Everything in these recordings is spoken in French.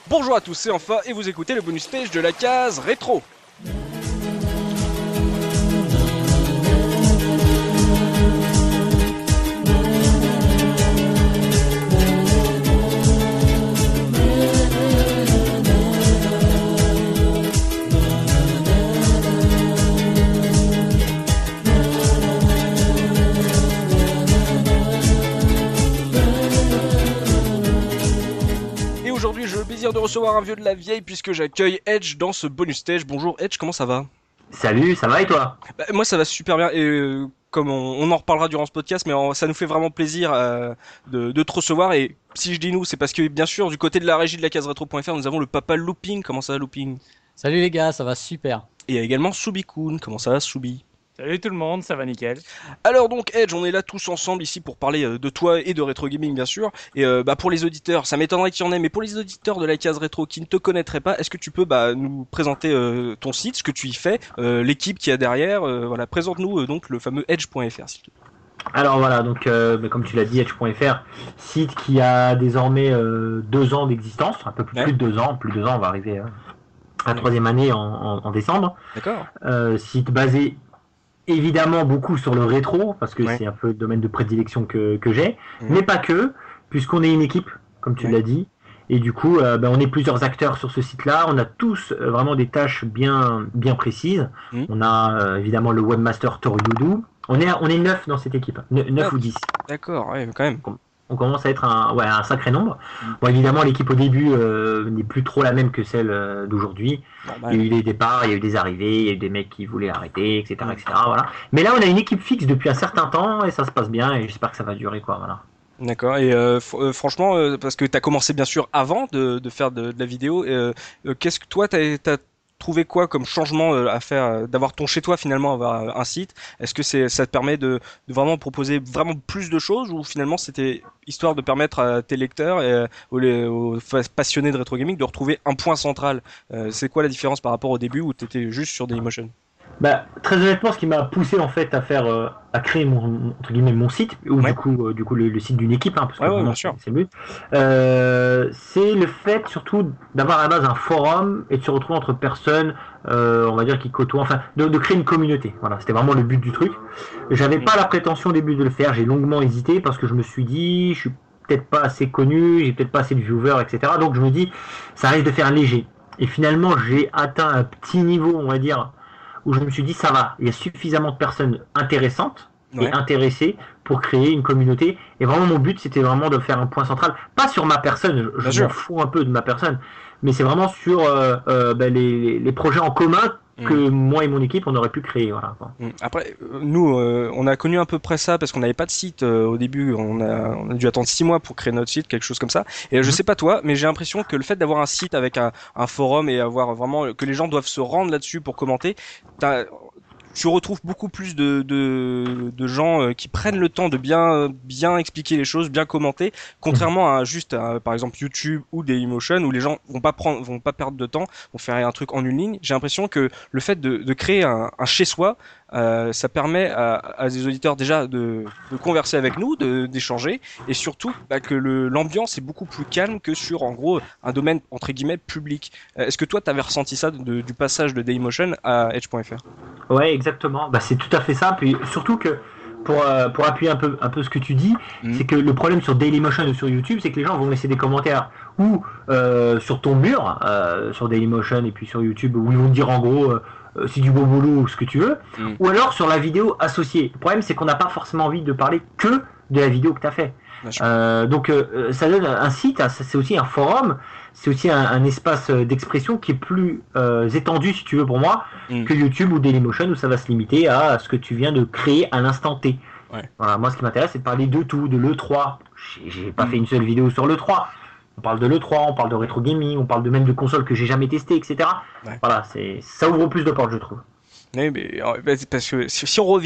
Bonjour à tous, c'est Enfin et vous écoutez le bonus stage de la case rétro. Aujourd'hui, j'ai le plaisir de recevoir un vieux de la vieille puisque j'accueille Edge dans ce bonus stage. Bonjour Edge, comment ça va? Salut, ça va et toi? Moi ça va super bien et comme on en reparlera durant ce podcast, mais ça nous fait vraiment plaisir de te recevoir. Et si je dis nous, c'est parce que bien sûr, du côté de la régie de la case rétro.fr, nous avons le papa Looping. Comment ça va Looping? Salut les gars, ça va super. Et il y a également Soubikoun. Comment ça va Soubi? Salut tout le monde, ça va nickel. Alors donc Edge, on est là tous ensemble ici pour parler de toi et de rétro gaming bien sûr. Et pour les auditeurs, ça m'étonnerait qu'il y en ait, mais pour les auditeurs de la case rétro qui ne te connaîtraient pas, est-ce que tu peux nous présenter ton site, ce que tu y fais, l'équipe qui y a derrière, voilà, présente-nous donc le fameux edge.fr s'il te plaît. Alors voilà, donc comme tu l'as dit, Edge.fr, site qui a désormais 2 ans d'existence, un peu plus de 2 ans, plus de 2 ans, on va arriver à la 3e année en décembre. D'accord. Site basé évidemment beaucoup sur le rétro, parce que c'est un peu le domaine de prédilection que j'ai, mais pas que, puisqu'on est une équipe, comme tu l'as dit, et du coup on est plusieurs acteurs sur ce site-là, on a tous vraiment des tâches bien précises. On a évidemment le webmaster Toriudu, on est 9 dans cette équipe, 9 ou 10. D'accord, ouais, quand même. On commence à être un sacré nombre. Bon, évidemment, l'équipe au début n'est plus trop la même que celle d'aujourd'hui. Il y a eu des départs, il y a eu des arrivées, il y a eu des mecs qui voulaient arrêter, etc., etc. Voilà. Mais là, on a une équipe fixe depuis un certain temps et ça se passe bien et j'espère que ça va durer, quoi. Voilà. D'accord. Et franchement, parce que t'as commencé bien sûr avant de faire de la vidéo, qu'est-ce que toi t'as trouvé quoi comme changement à faire, d'avoir ton chez toi finalement, avoir un site? Est-ce que ça te permet de vraiment proposer vraiment plus de choses, ou finalement c'était histoire de permettre à tes lecteurs et aux passionnés de rétro gaming de retrouver un point central? C'est quoi la différence par rapport au début où t'étais juste sur Dailymotion? Très honnêtement, ce qui m'a poussé en fait à créer entre guillemets mon site, ou du coup le site d'une équipe, parce que bien sûr. c'est le but, c'est le fait surtout d'avoir à la base un forum et de se retrouver entre personnes, on va dire qui côtoient, enfin de créer une communauté. Voilà, c'était vraiment le but du truc. J'avais pas la prétention au début de le faire, j'ai longuement hésité parce que je me suis dit, je suis peut-être pas assez connu, j'ai peut-être pas assez de viewers, etc. Donc je me dis, ça risque de faire léger. Et finalement, j'ai atteint un petit niveau, on va dire, où je me suis dit ça va, il y a suffisamment de personnes intéressantes et intéressées pour créer une communauté. Et vraiment mon but c'était vraiment de faire un point central, pas sur ma personne, je m'en fous un peu de ma personne, mais c'est vraiment sur les projets en commun que moi et mon équipe on aurait pu créer. Voilà, quoi. Après, nous, on a connu à peu près ça parce qu'on n'avait pas de site au début. On a dû attendre 6 mois pour créer notre site, quelque chose comme ça. Et je sais pas toi, mais j'ai l'impression que le fait d'avoir un site avec un forum et avoir vraiment que les gens doivent se rendre là-dessus pour commenter, tu retrouves beaucoup plus de gens qui prennent le temps de bien expliquer les choses, bien commenter, contrairement à juste par exemple YouTube ou Dailymotion où les gens vont pas perdre de temps, vont faire un truc en une ligne. J'ai l'impression que le fait de créer un chez soi, ça permet à des auditeurs déjà de converser avec nous, d'échanger, et surtout que l'ambiance est beaucoup plus calme que sur en gros un domaine entre guillemets public. Est-ce que toi t'avais ressenti ça du passage de Dailymotion à Edge.fr? Ouais, exactement. C'est tout à fait ça. Puis surtout que pour appuyer un peu ce que tu dis, c'est que le problème sur Dailymotion ou sur YouTube, c'est que les gens vont laisser des commentaires ou sur ton mur, sur Dailymotion et puis sur YouTube, où ils vont te dire en gros c'est du beau boulot ou ce que tu veux, ou alors sur la vidéo associée. Le problème c'est qu'on n'a pas forcément envie de parler que de la vidéo que tu as fait. Donc ça donne un site, c'est aussi un forum, c'est aussi un espace d'expression qui est plus étendu si tu veux pour moi que YouTube ou Dailymotion où ça va se limiter à ce que tu viens de créer à l'instant T. Voilà, moi ce qui m'intéresse c'est de parler de tout, de l'E3. J'ai pas fait une seule vidéo sur l'E3. On parle de l'E3, on parle de rétro gaming, on parle même de consoles que j'ai jamais testées, etc. Voilà, ça ouvre plus de portes je trouve. Oui, mais parce que si on revient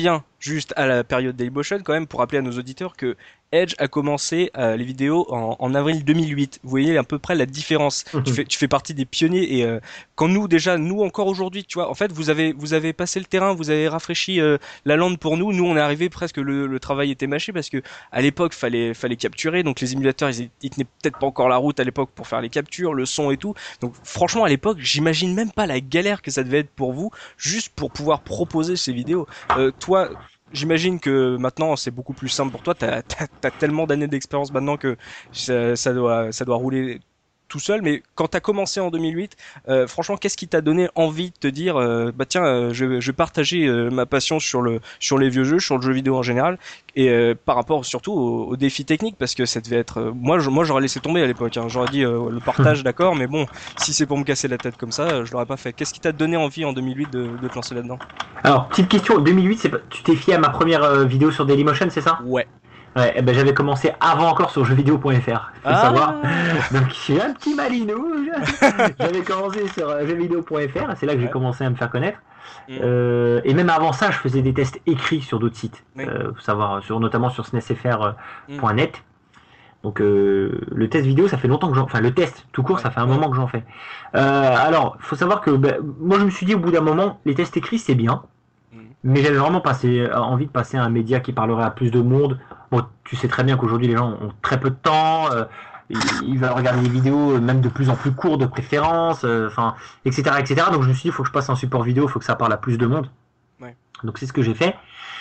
juste à la période Dailymotion quand même pour rappeler à nos auditeurs que Edge a commencé les vidéos en avril 2008. Vous voyez à peu près la différence. Tu fais partie des pionniers et quand nous encore aujourd'hui, tu vois, en fait, vous avez passé le terrain, vous avez rafraîchi la lande pour nous. Nous, on est arrivé presque le travail était mâché parce que à l'époque, fallait capturer. Donc les émulateurs, ils tenaient peut-être pas encore la route à l'époque pour faire les captures, le son et tout. Donc franchement, à l'époque, j'imagine même pas la galère que ça devait être pour vous, juste pour pouvoir proposer ces vidéos. Toi, j'imagine que maintenant c'est beaucoup plus simple pour toi. T'as tellement d'années d'expérience maintenant que ça doit rouler tout seul. Mais quand t'as commencé en 2008, franchement, qu'est-ce qui t'a donné envie de te dire, bah tiens, je vais partager ma passion sur les vieux jeux, sur le jeu vidéo en général, et par rapport surtout aux défis techniques, parce que ça devait être, moi j'aurais laissé tomber à l'époque. Hein. J'aurais dit le partage, d'accord, mais bon, si c'est pour me casser la tête comme ça, je l'aurais pas fait. Qu'est-ce qui t'a donné envie en 2008 de te lancer là-dedans? Alors, petite question, 2008, tu t'es fié à ma première vidéo sur Dailymotion, c'est ça? Ouais. Ouais, eh ben j'avais commencé avant encore sur jeuxvideo.fr, faut savoir. Donc je suis un petit malinou. J'avais commencé sur jeuxvideo.fr, c'est là que j'ai commencé à me faire connaître. Et même avant ça, je faisais des tests écrits sur d'autres sites, faut savoir, notamment sur snesfr.net. Donc le test vidéo, ça fait longtemps que le test tout court, ça fait un moment que j'en fais. Alors, faut savoir que moi je me suis dit au bout d'un moment, les tests écrits c'est bien. Mais j'avais vraiment envie de passer à un média qui parlerait à plus de monde. Bon, tu sais très bien qu'aujourd'hui les gens ont très peu de temps, ils veulent regarder des vidéos même de plus en plus courtes de préférence, etc., etc. Donc je me suis dit, il faut que je passe un support vidéo, il faut que ça parle à plus de monde. Ouais. Donc c'est ce que j'ai fait.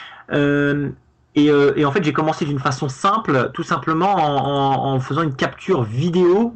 Et en fait, j'ai commencé d'une façon simple, tout simplement en faisant une capture vidéo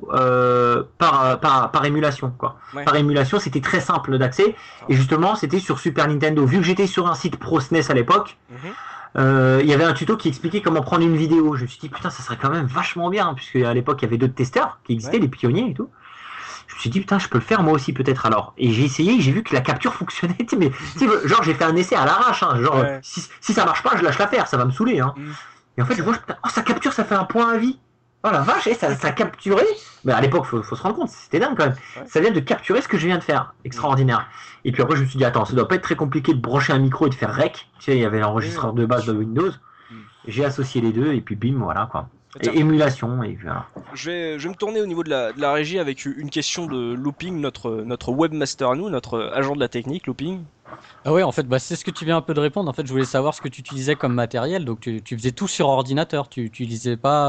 par émulation, quoi. Ouais. Par émulation, c'était très simple d'accès. Et justement, c'était sur Super Nintendo. Vu que j'étais sur un site Pro SNES à l'époque, il y avait un tuto qui expliquait comment prendre une vidéo. Je me suis dit, putain, ça serait quand même vachement bien, puisque à l'époque, il y avait d'autres testeurs qui existaient, les pionniers et tout. Je me suis dit, putain, je peux le faire moi aussi peut-être alors. Et j'ai essayé, j'ai vu que la capture fonctionnait. Mais genre, j'ai fait un essai à l'arrache. Hein, genre, si ça marche pas, je lâche l'affaire, ça va me saouler. Hein. Et en fait, je vois, ça capture, ça fait un point à vie. Oh la vache, ça a capturé. Mais à l'époque, faut se rendre compte, c'était dingue quand même. Ça vient de capturer ce que je viens de faire. Extraordinaire. Et puis après, je me suis dit, attends, ça doit pas être très compliqué de brancher un micro et de faire rec. Tu sais, il y avait l'enregistreur de base de Windows. J'ai associé les deux et puis bim, voilà quoi. Et émulation et voilà. Je vais me tourner au niveau de la régie avec une question de Looping, notre webmaster à nous, notre agent de la technique, Looping. Ah ouais, en fait, c'est ce que tu viens un peu de répondre. En fait, je voulais savoir ce que tu utilisais comme matériel. Donc, tu faisais tout sur ordinateur. Tu n'utilisais pas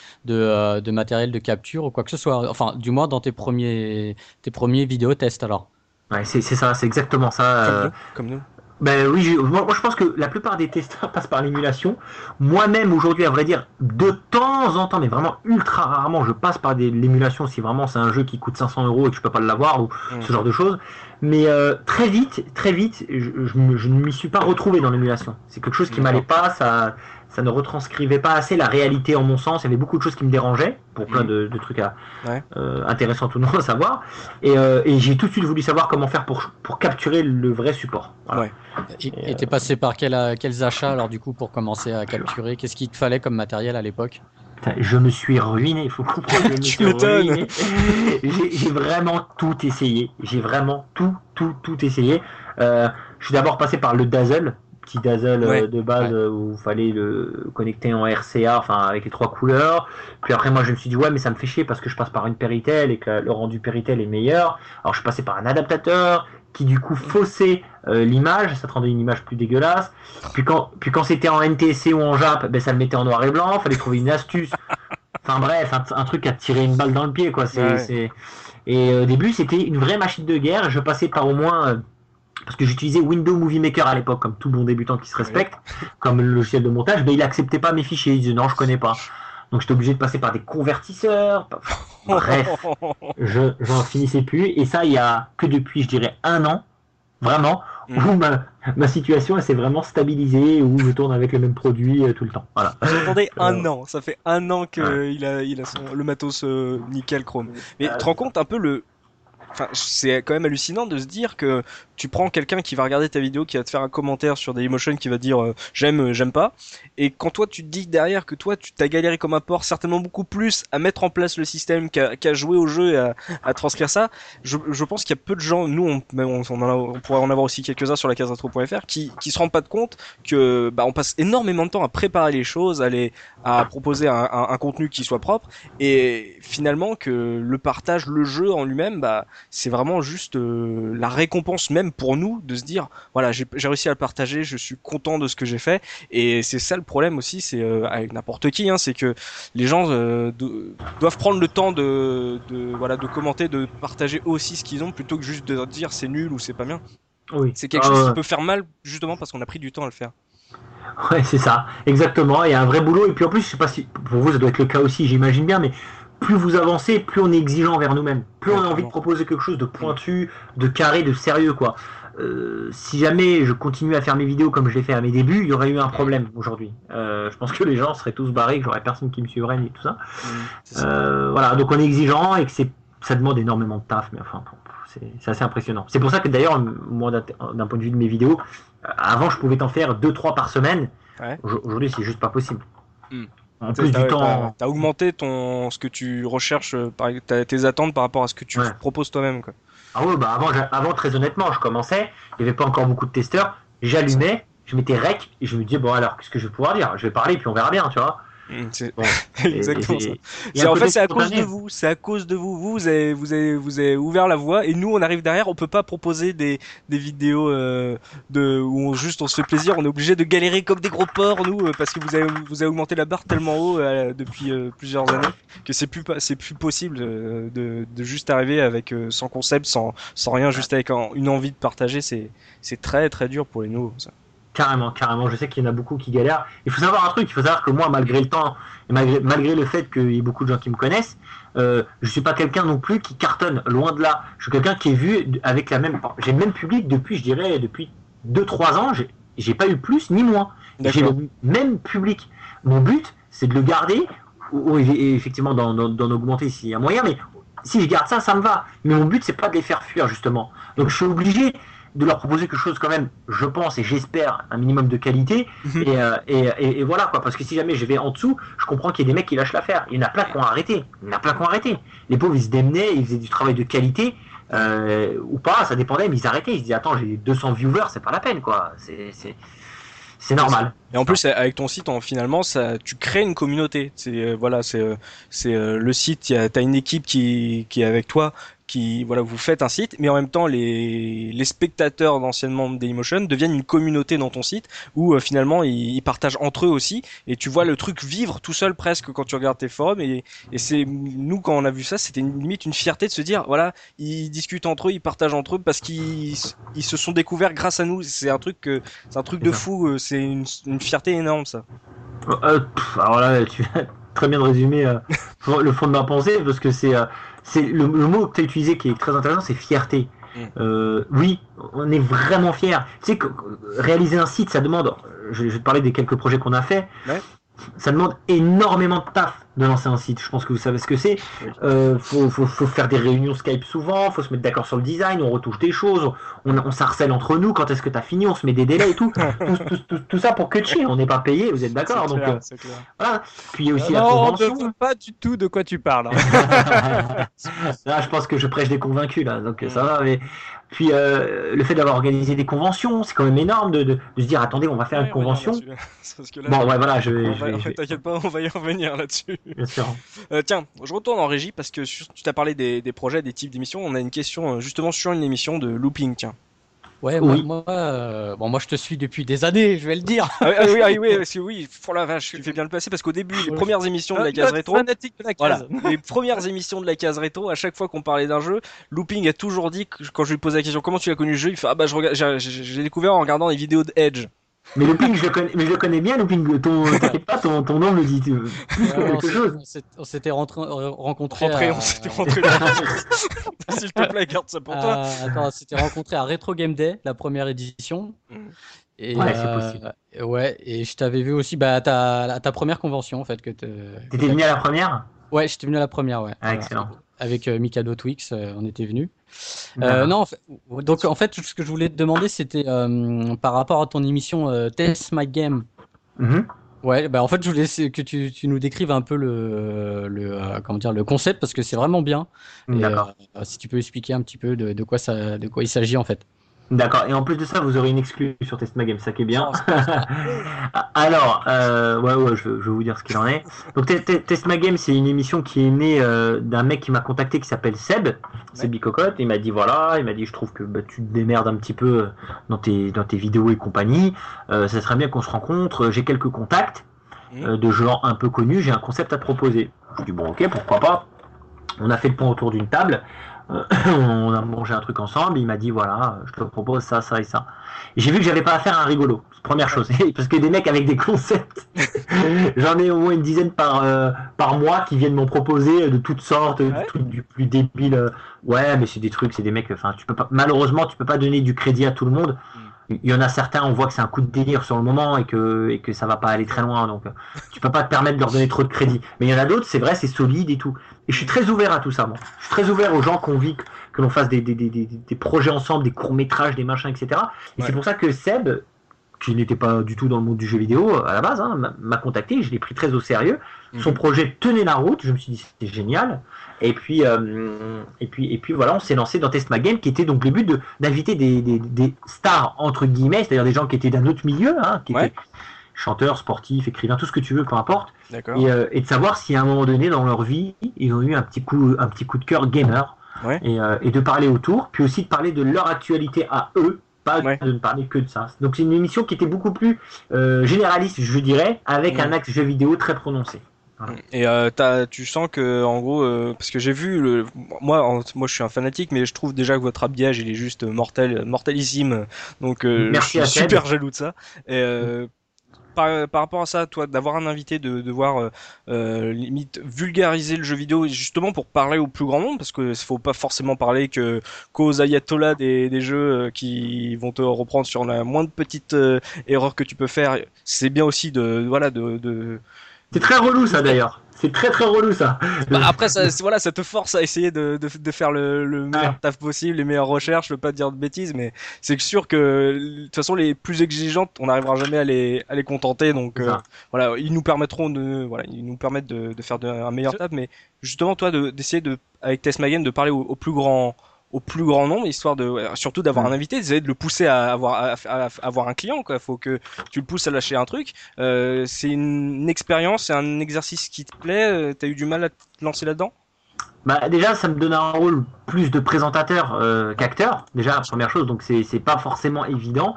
de matériel de capture ou quoi que ce soit. Enfin, du moins dans tes premiers vidéotests alors. Ouais, c'est ça, c'est exactement ça. Comme nous. Ben oui, moi je pense que la plupart des testeurs passent par l'émulation. Moi-même aujourd'hui, à vrai dire, de temps en temps, mais vraiment ultra rarement, je passe par l'émulation si vraiment c'est un jeu qui coûte 500 € et que je peux pas l'avoir ou ce genre de choses. Mais très vite, je ne m'y suis pas retrouvé dans l'émulation. C'est quelque chose qui m'allait pas, ça ne retranscrivait pas assez la réalité en mon sens. Il y avait beaucoup de choses qui me dérangeaient pour plein de trucs intéressants tout le monde à savoir. Et j'ai tout de suite voulu savoir comment faire pour capturer le vrai support. Voilà. Ouais. Et t'es passé par quels achats alors du coup pour commencer à capturer? Qu'est-ce qu'il te fallait comme matériel à l'époque? Je me suis ruiné, il faut comprendre. Je me suis ruiné. J'ai vraiment tout essayé. J'ai vraiment tout essayé. Je suis d'abord passé par le Dazzle, petit Dazzle de base où il fallait le connecter en RCA, enfin avec les 3 couleurs. Puis après moi je me suis dit mais ça me fait chier parce que je passe par une Péritel et que le rendu Péritel est meilleur. Alors je suis passé par un adaptateur qui du coup faussait l'image, ça te rendait une image plus dégueulasse. Puis quand c'était en NTSC ou en JAP, ça le mettait en noir et blanc, fallait trouver une astuce. Enfin bref, un truc à te tirer une balle dans le pied quoi. Et au début c'était une vraie machine de guerre. Je passais par au moins parce que j'utilisais Windows Movie Maker à l'époque, comme tout bon débutant qui se respecte, comme le logiciel de montage, mais il acceptait pas mes fichiers, il disait non je connais pas. Donc j'étais obligé de passer par des convertisseurs. Bref, j'en finissais plus. Et ça, il y a que depuis, je dirais, 1 an, vraiment, où ma situation elle s'est vraiment stabilisée, où je tourne avec le même produit tout le temps. Voilà. Attendez, 1 an, ça fait 1 an qu'il a le matos nickel chrome. Mais tu te rends compte un peu enfin, c'est quand même hallucinant de se dire que tu prends quelqu'un qui va regarder ta vidéo, qui va te faire un commentaire sur Dailymotion, qui va dire j'aime pas, et quand toi tu te dis derrière que toi tu t'as galéré comme un porc, certainement beaucoup plus à mettre en place le système qu'à jouer au jeu et à transcrire ça, je pense qu'il y a peu de gens, nous on pourrait en avoir aussi quelques-uns sur la case retro.fr qui se rendent pas de compte que bah on passe énormément de temps à préparer les choses, à proposer un contenu qui soit propre, et finalement que le partage, le jeu en lui-même, bah c'est vraiment juste la récompense même pour nous de se dire voilà j'ai réussi à le partager, je suis content de ce que j'ai fait. Et c'est ça le problème aussi, c'est avec n'importe qui, hein, c'est que les gens doivent prendre le temps de commenter, de partager aussi ce qu'ils ont, plutôt que juste de dire c'est nul ou c'est pas bien. Oui. C'est quelque chose qui peut faire mal justement parce qu'on a pris du temps à le faire. Ouais, c'est ça, exactement. Il y a un vrai boulot. Et puis en plus, je sais pas si pour vous ça doit être le cas aussi, j'imagine bien, mais plus vous avancez, plus on est exigeant envers nous-mêmes. Plus on a envie de proposer quelque chose de pointu, de carré, de sérieux, quoi. Si jamais je continue à faire mes vidéos comme je l'ai fait à mes débuts, il y aurait eu un problème aujourd'hui. Je pense que les gens seraient tous barrés, que j'aurais personne qui me suivrait ni tout ça. Voilà, donc on est exigeant et que ça demande énormément de taf, mais enfin, c'est assez impressionnant. C'est pour ça que d'ailleurs, moi, d'un point de vue de mes vidéos, avant je pouvais t'en faire 2-3 par semaine. Ouais. Aujourd'hui, c'est juste pas possible. En T'as- plus du t'as- temps. T'as augmenté ce que tu recherches, tes attentes par rapport à ce que tu Ouais. proposes toi-même, quoi. Ah ouais, bah avant, très honnêtement, je commençais, il n'y avait pas encore beaucoup de testeurs, j'allumais, je mettais rec, et je me disais, bon alors, qu'est-ce que je vais pouvoir dire? Je vais parler, puis on verra bien, tu vois. C'est Bon. exactement ça. Et un En côté fait, c'est à cause spontané. de vous. C'est à cause de vous. Vous avez ouvert la voie, et nous, on arrive derrière. On peut pas proposer des vidéos où on se fait plaisir. On est obligé de galérer comme des gros porcs, nous, parce que vous avez augmenté la barre tellement haut depuis plusieurs années que c'est plus possible de juste arriver avec sans concept, sans rien, juste avec une envie de partager. C'est très très dur pour les nouveaux. Ça. Carrément. Je sais qu'il y en a beaucoup qui galèrent. Il faut savoir un truc, il faut savoir que moi, malgré le temps, et malgré le fait qu'il y ait beaucoup de gens qui me connaissent, je suis pas quelqu'un non plus qui cartonne, loin de là. Je suis quelqu'un qui est vu avec j'ai le même public depuis, je dirais, depuis 2-3 ans, j'ai pas eu plus ni moins. J'ai le même public. Mon but, c'est de le garder, ou effectivement d'en augmenter s'il y a moyen, mais si je garde ça, ça me va. Mais mon but, c'est pas de les faire fuir, justement. Donc je suis obligé de leur proposer quelque chose quand même, je pense et j'espère, un minimum de qualité. Et voilà quoi, parce que si jamais je vais en dessous, je comprends qu'il y a des mecs qui lâchent l'affaire. Il y en a plein qui ont arrêté. Les pauvres, ils se démenaient, ils faisaient du travail de qualité, ou pas, ça dépendait, mais ils arrêtaient. Ils se disaient, attends, j'ai 200 viewers, c'est pas la peine quoi. C'est normal. Et en plus, avec ton site, finalement, tu crées une communauté. Le site. T'as une équipe qui est avec toi, vous faites un site, mais en même temps, les spectateurs d'anciennement de Dailymotion deviennent une communauté dans ton site où finalement ils partagent entre eux aussi, et tu vois le truc vivre tout seul presque quand tu regardes tes forums. Et c'est nous quand on a vu ça, c'était limite une fierté de se dire voilà, ils discutent entre eux, ils partagent entre eux parce qu'ils se sont découverts grâce à nous. C'est un truc de fou. C'est une fierté énorme, ça. Alors là, tu as très bien résumé le fond de ma pensée, parce que c'est le mot que tu as utilisé qui est très intéressant, c'est fierté. Oui, on est vraiment fiers. Tu sais que réaliser un site, ça demande, je vais te parler des quelques projets qu'on a fait, ça demande énormément de taf de lancer un site. Je pense que vous savez ce que c'est. Faut faire des réunions Skype souvent, faut se mettre d'accord sur le design, on retouche des choses, on s'harcèle entre nous, quand est-ce que t'as fini, on se met des délais et tout. tout ça pour que chier, on n'est pas payé, vous êtes d'accord. Donc c'est clair. voilà. Puis il y a aussi la Non, on convention. ne sait pas du tout de quoi tu parles. Là, je pense que je prêche des convaincus là, donc ça va. Mais puis le fait d'avoir organisé des conventions, c'est quand même énorme de se dire attendez, on va faire une convention. Parce que là, Bon, ouais, voilà, t'inquiète pas, on va y revenir là-dessus. Bien sûr. Tiens, je retourne en régie parce que tu t'as parlé des projets, des types d'émissions. On a une question justement sur une émission de looping, tiens. Ouais, Oui. moi, je te suis depuis des années, je vais le dire. Oui, parce que oui, pour la vache, tu fais bien le placer parce qu'au début, les premières émissions de la case rétro, Fanatique de la case. voilà, les premières émissions de la case rétro, à chaque fois qu'on parlait d'un jeu, Looping a toujours dit que quand je lui posais la question comment tu as connu le jeu, il fait ah bah j'ai découvert en regardant les vidéos de Edge. Mais Looping, je le connais bien, Looping. T'inquiète pas, ton nom me dit plus que quelque chose. On s'était rencontrés. On s'était rentré. S'il te plaît, garde ça pour toi. Attends, on s'était rencontrés à Retro Game Day, la première édition. Et, ouais, c'est possible. Ouais, et je t'avais vu aussi à ta première convention en fait. T'étais venu à la première? Ouais, j'étais venu à la première, ouais. Ah, excellent. avec Mikado Twix, on était venus. D'accord. Non, donc en fait, ce que je voulais te demander, c'était par rapport à ton émission Test My Game. Mhm. Ouais, bah en fait, je voulais que tu nous décrives un peu comment dire, le concept parce que c'est vraiment bien. Et D'accord. si tu peux expliquer un petit peu de quoi il s'agit en fait. D'accord. Et en plus de ça, vous aurez une exclue sur Test Ma Game, ça qui est bien. Oh, c'est pas ça. Alors, ouais, je vais vous dire ce qu'il en est. Donc, Test Ma Game, c'est une émission qui est née d'un mec qui m'a contacté qui s'appelle Seb, Sebi Cocotte. Il m'a dit voilà, il m'a dit je trouve que tu te démerdes un petit peu dans tes vidéos et compagnie. Ça serait bien qu'on se rencontre. J'ai quelques contacts de gens un peu connus. J'ai un concept à te proposer. Je dis bon, ok, pourquoi pas. On a fait le point autour d'une table. On a mangé un truc ensemble, il m'a dit voilà, je te propose ça, ça et ça. Et j'ai vu que j'avais pas affaire à un rigolo, première chose, parce que des mecs avec des concepts, j'en ai au moins une dizaine par mois qui viennent m'en proposer de toutes sortes, du truc du plus débile. Ouais, mais c'est des trucs, c'est des mecs, enfin, tu peux pas, malheureusement, tu peux pas donner du crédit à tout le monde. Il y en a certains, on voit que c'est un coup de délire sur le moment et que ça va pas aller très loin, donc tu peux pas te permettre de leur donner trop de crédit. Mais il y en a d'autres, c'est vrai, c'est solide et tout. Et je suis très ouvert à tout ça, moi. Je suis très ouvert aux gens qui ont envie que l'on fasse des projets ensemble, des courts-métrages, des machins, etc. Et c'est pour ça que Seb, qui n'était pas du tout dans le monde du jeu vidéo à la base, m'a contacté, je l'ai pris très au sérieux. Son projet tenait la route, je me suis dit c'était génial. Et puis voilà, on s'est lancé dans Test Ma Game, qui était donc le but d'inviter des stars entre guillemets, c'est-à-dire des gens qui étaient d'un autre milieu, qui étaient chanteurs, sportifs, écrivains, tout ce que tu veux, peu importe. Et de savoir si à un moment donné dans leur vie, ils ont eu un petit coup de cœur gamer, et de parler autour, puis aussi de parler de leur actualité à eux. Pas de ne parler que de ça. Donc c'est une émission qui était beaucoup plus généraliste, je dirais, avec un axe jeu vidéo très prononcé. Voilà. Et tu sens que en gros, parce que j'ai vu moi je suis un fanatique, mais je trouve déjà que votre habillage il est juste mortelissime. Donc je suis super jaloux de ça. Et par rapport à ça, toi, d'avoir un invité, de devoir limite vulgariser le jeu vidéo, justement pour parler au plus grand nombre, parce que faut pas forcément parler qu'aux ayatollahs des jeux qui vont te reprendre sur la moindre petite erreur que tu peux faire. C'est bien aussi de C'est très relou ça d'ailleurs. C'est très très relou ça. Bah après ça te force à essayer de faire le meilleur taf possible, les meilleures recherches. Je veux pas dire de bêtises, mais c'est sûr que de toute façon les plus exigeantes, on n'arrivera jamais à les contenter. Donc voilà, ils nous permettent de faire un meilleur taf. Mais justement toi d'essayer avec Test My Game de parler au plus grand nombre, histoire surtout d'avoir un invité, d'essayer de le pousser à avoir un client, quoi. Faut que tu le pousses à lâcher un truc. C'est une expérience, c'est un exercice qui te plaît. T'as eu du mal à te lancer là-dedans? Bah déjà ça me donne un rôle plus de présentateur qu'acteur, déjà première chose, donc c'est pas forcément évident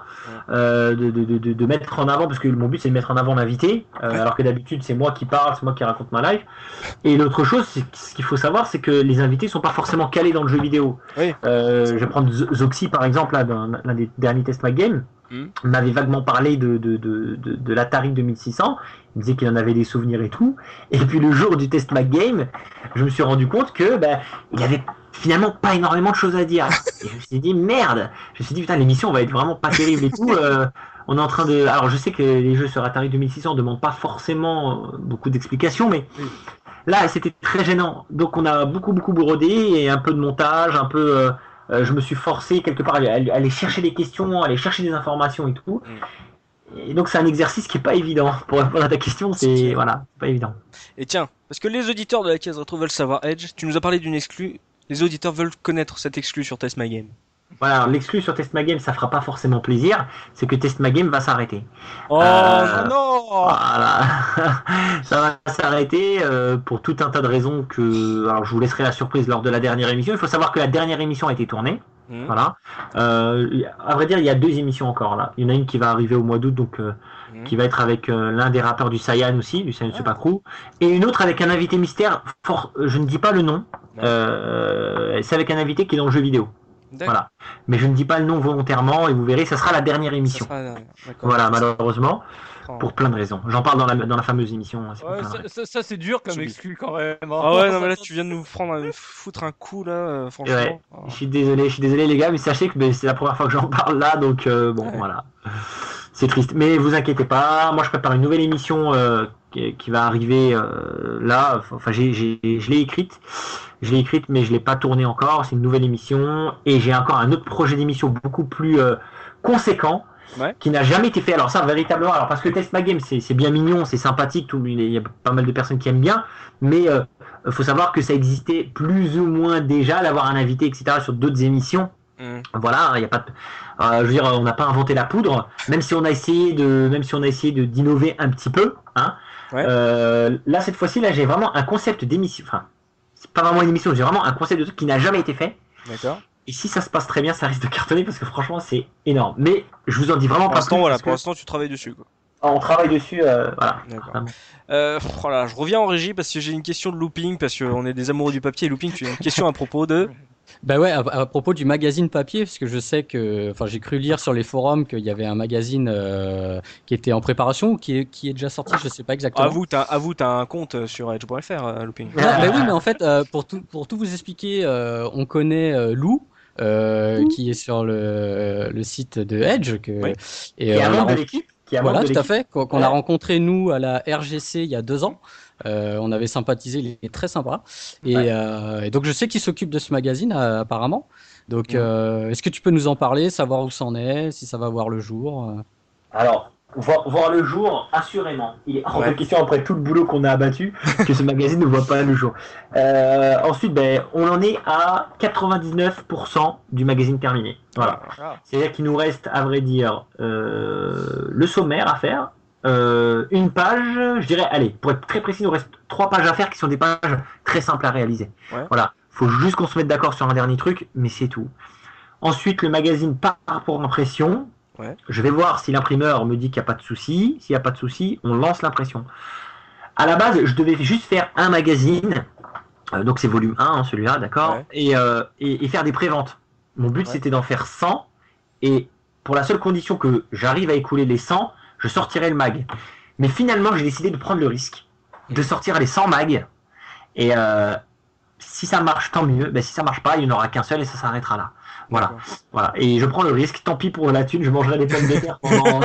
de mettre en avant, parce que mon but c'est de mettre en avant l'invité, alors que d'habitude c'est moi qui parle, c'est moi qui raconte ma life. Et l'autre chose, ce qu'il faut savoir, c'est que les invités sont pas forcément calés dans le jeu vidéo. Je vais prendre Zoxy par exemple, là, dans l'un des derniers Test My Game. On m'avait vaguement parlé de l'Atari 2600. Il me disait qu'il en avait des souvenirs et tout. Et puis le jour du Test My Game, je me suis rendu compte que il avait finalement pas énormément de choses à dire. Et je me suis dit merde. Je me suis dit putain, l'émission va être vraiment pas terrible et tout. On est en train de. Alors je sais que les jeux sur Atari 2600 ne demandent pas forcément beaucoup d'explications, mais là c'était très gênant. Donc on a beaucoup brodé et un peu de montage, un peu. Je me suis forcé quelque part à aller chercher des questions, à aller chercher des informations et tout. Et donc c'est un exercice qui est pas évident. Pour répondre à ta question, c'est pas évident. Et tiens, parce que les auditeurs de la Case Rétro veulent savoir, Edge, tu nous as parlé d'une exclue. Les auditeurs veulent connaître cette exclue sur Test My Game. Voilà, l'exclu sur Test My Game, ça fera pas forcément plaisir. C'est que Test My Game va s'arrêter. Oh non. Voilà, ça va s'arrêter pour tout un tas de raisons que. Alors je vous laisserai la surprise lors de la dernière émission. Il faut savoir que la dernière émission a été tournée. Voilà. À vrai dire, il y a 2 émissions encore là. Il y en a une qui va arriver au mois d'août, donc qui va être avec l'un des rappeurs du Saiyan aussi, du Saiyan Super Crew, et une autre avec un invité mystère. Je ne dis pas le nom. C'est avec un invité qui est dans le jeu vidéo. Voilà. Mais je ne dis pas le nom volontairement et vous verrez, ça sera la dernière émission. Voilà, malheureusement. Pour plein de raisons. J'en parle dans la fameuse émission. Ça c'est dur comme exclu quand même. Ah ouais, non mais là tu viens de nous foutre un coup là, franchement. Ouais. Je suis désolé les gars, mais sachez que c'est la première fois que j'en parle là, donc bon voilà. C'est triste, mais vous inquiétez pas. Moi, je prépare une nouvelle émission qui va arriver là. Enfin, je l'ai écrite. Je l'ai écrite, mais je l'ai pas tournée encore. C'est une nouvelle émission et j'ai encore un autre projet d'émission beaucoup plus conséquent. Ouais. Qui n'a jamais été fait. Alors ça, véritablement, alors parce que Test My Game, c'est bien mignon, c'est sympathique, il y a pas mal de personnes qui aiment bien, mais faut savoir que ça existait plus ou moins déjà, d'avoir un invité, etc. sur d'autres émissions. Voilà, il y a pas de, je veux dire, on n'a pas inventé la poudre, même si on a essayé d'innover un petit peu. Hein. Ouais. Là, cette fois-ci, là, j'ai vraiment un concept d'émission. Enfin, c'est pas vraiment une émission, j'ai vraiment un concept de truc qui n'a jamais été fait. D'accord. Et si ça se passe très bien, ça risque de cartonner parce que franchement, c'est énorme. Mais je vous en dis vraiment pas plus. Pour l'instant, tu travailles dessus, quoi. On travaille dessus, voilà. D'accord. Voilà, je reviens en régie parce que j'ai une question de Looping, parce qu'on est des amoureux du papier. Et Looping, tu as une question à propos de... Bah ouais, à propos du magazine papier, parce que je sais que, enfin, j'ai cru lire sur les forums qu'il y avait un magazine qui était en préparation ou qui est déjà sorti, je sais pas exactement. Avoue, t'as un compte sur Edge.fr, Looping. Non, bah oui, mais en fait, pour tout vous expliquer, on connaît Lou. Qui est sur le site de Edge oui. Et qui est un membre de l'équipe. Voilà, tout à fait, qu'on a rencontré nous à la RGC il y a 2 ans. On avait sympathisé, il est très sympa. Et donc je sais qu'il s'occupe de ce magazine apparemment. Donc est-ce que tu peux nous en parler, savoir où ça en est, si ça va voir le jour Alors, voir le jour, assurément. Il est hors de question après tout le boulot qu'on a abattu que ce magazine ne voit pas le jour. Ensuite, on en est à 99% du magazine terminé. Voilà. C'est-à-dire qu'il nous reste, à vrai dire, le sommaire à faire. Une page, je dirais, allez, pour être très précis, il nous reste 3 pages à faire qui sont des pages très simples à réaliser. Ouais. Voilà. Faut juste qu'on se mette d'accord sur un dernier truc, mais c'est tout. Ensuite, le magazine part pour impression. Ouais. Je vais voir si l'imprimeur me dit qu'il n'y a pas de souci. S'il n'y a pas de souci, on lance l'impression. À la base, je devais juste faire un magazine. Donc c'est volume 1, celui-là, d'accord, ouais. Et faire des préventes. Mon but, c'était d'en faire 100. Et pour la seule condition que j'arrive à écouler les 100, je sortirai le mag. Mais finalement, j'ai décidé de prendre le risque de sortir les 100 mags. Et si ça marche, tant mieux. Si ça marche pas, il n'y en aura qu'un seul et ça s'arrêtera là. Voilà. Et je prends le risque. Tant pis pour la thune, je mangerai des pommes de terre pendant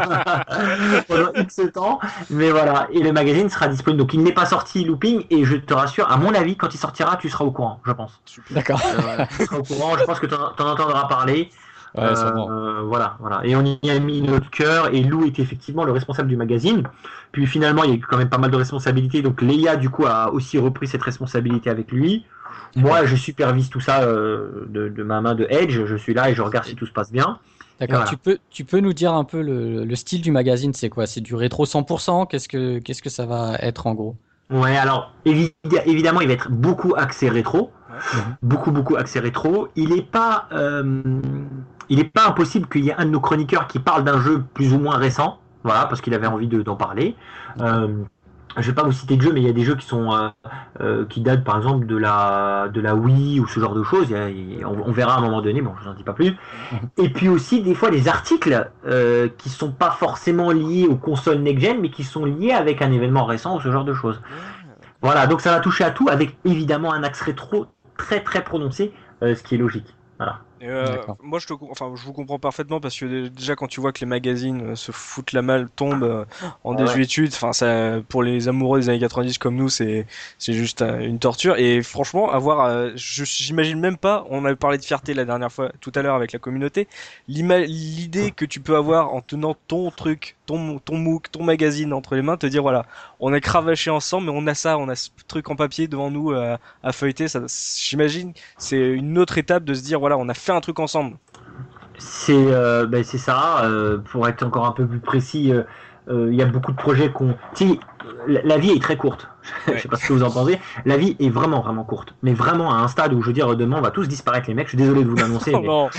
X temps. Mais voilà. Et le magazine sera disponible. Donc il n'est pas sorti, Looping. Et je te rassure, à mon avis, quand il sortira, tu seras au courant, je pense. D'accord. Tu seras au courant. Je pense que tu en entendras parler. Ouais, voilà. Et on y a mis notre cœur. Et Lou était effectivement le responsable du magazine. Puis finalement, il y a eu quand même pas mal de responsabilités. Donc Léa, du coup, a aussi repris cette responsabilité avec lui. Moi, je supervise tout ça de ma main de Edge. Je suis là et je regarde si tout se passe bien. D'accord. Voilà. Tu peux nous dire un peu le style du magazine, c'est quoi? C'est du rétro 100%? Qu'est-ce que ça va être en gros? Ouais, alors évidemment, il va être beaucoup axé rétro. Ouais. Beaucoup axé rétro. Il n'est pas impossible qu'il y ait un de nos chroniqueurs qui parle d'un jeu plus ou moins récent. Voilà, parce qu'il avait envie d'en parler. Je vais pas vous citer de jeux, mais il y a des jeux qui sont qui datent par exemple de la Wii ou ce genre de choses. On verra à un moment donné. Bon, je n'en dis pas plus. Et puis aussi des fois des articles qui sont pas forcément liés aux consoles next-gen, mais qui sont liés avec un événement récent ou ce genre de choses. Voilà, donc ça va toucher à tout, avec évidemment un axe rétro très très prononcé, ce qui est logique. Voilà. Moi, je vous comprends parfaitement parce que déjà quand tu vois que les magazines se foutent la malle, tombent en désuétude, ça, pour les amoureux des années 90 comme nous, c'est juste une torture. Et franchement, j'imagine même pas. On avait parlé de fierté la dernière fois, tout à l'heure avec la communauté. L'idée que tu peux avoir en tenant ton truc, ton MOOC, ton magazine entre les mains, te dire voilà, on est cravaché ensemble, mais on a ce truc en papier devant nous à feuilleter. Ça, j'imagine, c'est une autre étape de se dire voilà, on a fait un truc ensemble. C'est ça. Pour être encore un peu plus précis, il y a beaucoup de projets la vie est très courte. Je sais pas ce que vous en pensez. La vie est vraiment courte, mais vraiment à un stade où je veux dire demain on va tous disparaître les mecs. Je suis désolé de vous l'annoncer.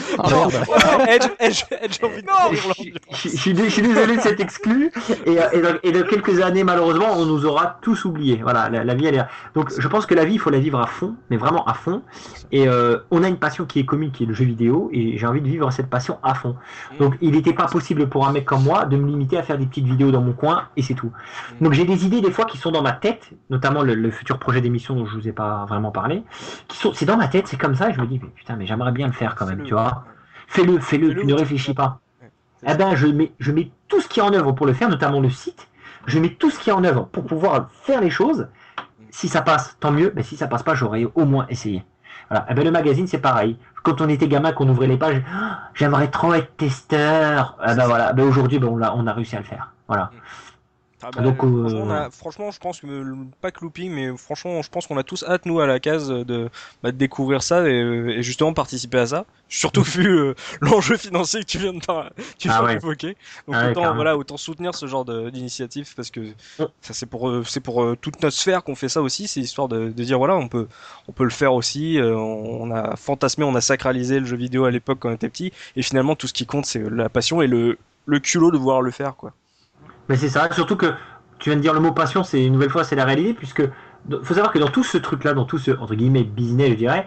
Je suis désolé de cet exclu. Et dans quelques années malheureusement on nous aura tous oubliés. Voilà, la vie elle est là. Donc je pense que la vie il faut la vivre à fond, mais vraiment à fond. Et on a une passion qui est commune, qui est le jeu vidéo, et j'ai envie de vivre cette passion à fond. Donc il n'était pas possible pour un mec comme moi de me limiter à faire des petites vidéos dans mon coin et c'est tout. Donc j'ai des idées des fois qui sont dans ma tête, notamment le futur projet d'émission dont je vous ai pas vraiment parlé, c'est dans ma tête, c'est comme ça, et je me dis mais putain, mais j'aimerais bien le faire quand même, tu vois. Fais-le, tu ne réfléchis pas. Eh ben, je mets tout ce qui est en œuvre pour le faire, notamment le site. Je mets tout ce qui est en œuvre pour pouvoir faire les choses. Si ça passe, tant mieux. Mais si ça passe pas, j'aurais au moins essayé. Voilà. Eh ben, le magazine, c'est pareil. Quand on était gamin, qu'on ouvrait les pages, j'aimerais trop être testeur. Eh ben voilà. Ben, aujourd'hui, ben, on a réussi à le faire. Voilà. Ah bah, Donc, franchement, je pense que pas que looping, mais franchement, je pense qu'on a tous hâte nous à la case de découvrir ça et justement participer à ça. Surtout vu l'enjeu financier que tu viens d'évoquer. Donc autant soutenir ce genre d'initiative parce que ça c'est pour toute notre sphère qu'on fait ça aussi. C'est histoire de dire voilà, on peut le faire aussi. On a fantasmé, on a sacralisé le jeu vidéo à l'époque quand on était petit et finalement tout ce qui compte c'est la passion et le culot de vouloir le faire quoi. Mais c'est ça, surtout que tu viens de dire le mot passion, c'est une nouvelle fois, c'est la réalité, puisque faut savoir que dans tout ce truc-là, dans tout ce entre guillemets business, je dirais,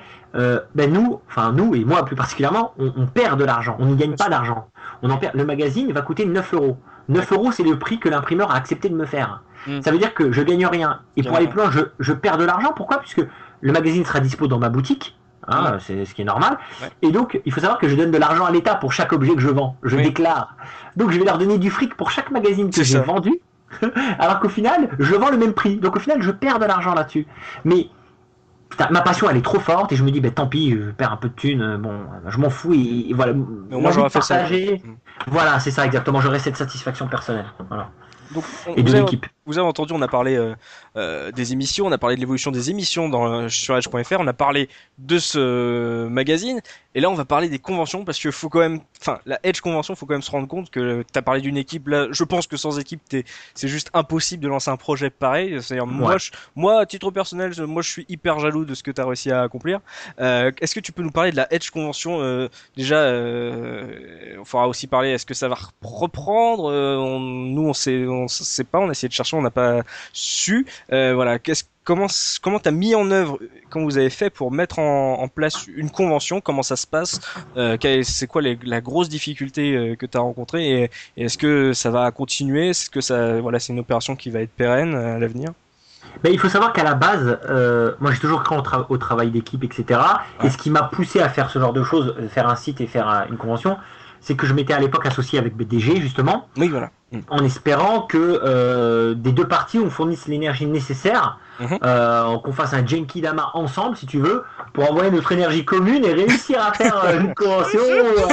nous et moi plus particulièrement, on perd de l'argent, on n'y gagne pas d'argent. On en perd. Le magazine va coûter 9 euros. 9 euros, c'est le prix que l'imprimeur a accepté de me faire. Ça veut dire que je gagne rien. Et pour aller plus loin, je perds de l'argent. Pourquoi ? Puisque le magazine sera dispo dans ma boutique. C'est ce qui est normal. Ouais. Et donc, il faut savoir que je donne de l'argent à l'État pour chaque objet que je vends. Je déclare. Donc, je vais leur donner du fric pour chaque magazine que j'ai vendu. Alors qu'au final, je vends le même prix. Donc, au final, je perds de l'argent là-dessus. Mais putain, ma passion, elle est trop forte. Et je me dis, tant pis, je perds un peu de thunes. Bon, je m'en fous. Et voilà. Moi, j'aurais fait ça. Voilà, c'est ça, exactement. J'aurais cette satisfaction personnelle. Voilà. Donc, et de l'équipe. Vous avez entendu, on a parlé des émissions, on a parlé de l'évolution des émissions sur Edge.fr, on a parlé de ce magazine, et là on va parler des conventions parce que faut quand même, la Edge Convention, faut quand même se rendre compte que t'as parlé d'une équipe. Là, je pense que sans équipe, c'est juste impossible de lancer un projet pareil. C'est-à-dire moi, à titre personnel, moi je suis hyper jaloux de ce que t'as réussi à accomplir. Est-ce que tu peux nous parler de la Edge Convention déjà? Il faudra aussi parler. Est-ce que ça va reprendre? Nous, on sait pas. On a essayé de chercher, on n'a pas su. Voilà. Comment t'as mis en œuvre, comment vous avez fait pour mettre en place une convention? Comment ça se passe? C'est quoi la grosse difficulté que t'as rencontrée et est-ce que ça va continuer? Est-ce que c'est une opération qui va être pérenne à l'avenir? Il faut savoir qu'à la base, moi j'ai toujours cru au travail d'équipe, etc. Ouais. Et ce qui m'a poussé à faire ce genre de choses, faire un site et faire une convention, c'est que je m'étais à l'époque associé avec BDG justement. Oui, voilà. En espérant que des deux parties on fournisse l'énergie nécessaire, qu'on fasse un Genki Dama ensemble, si tu veux, pour envoyer notre énergie commune et réussir à faire une convention.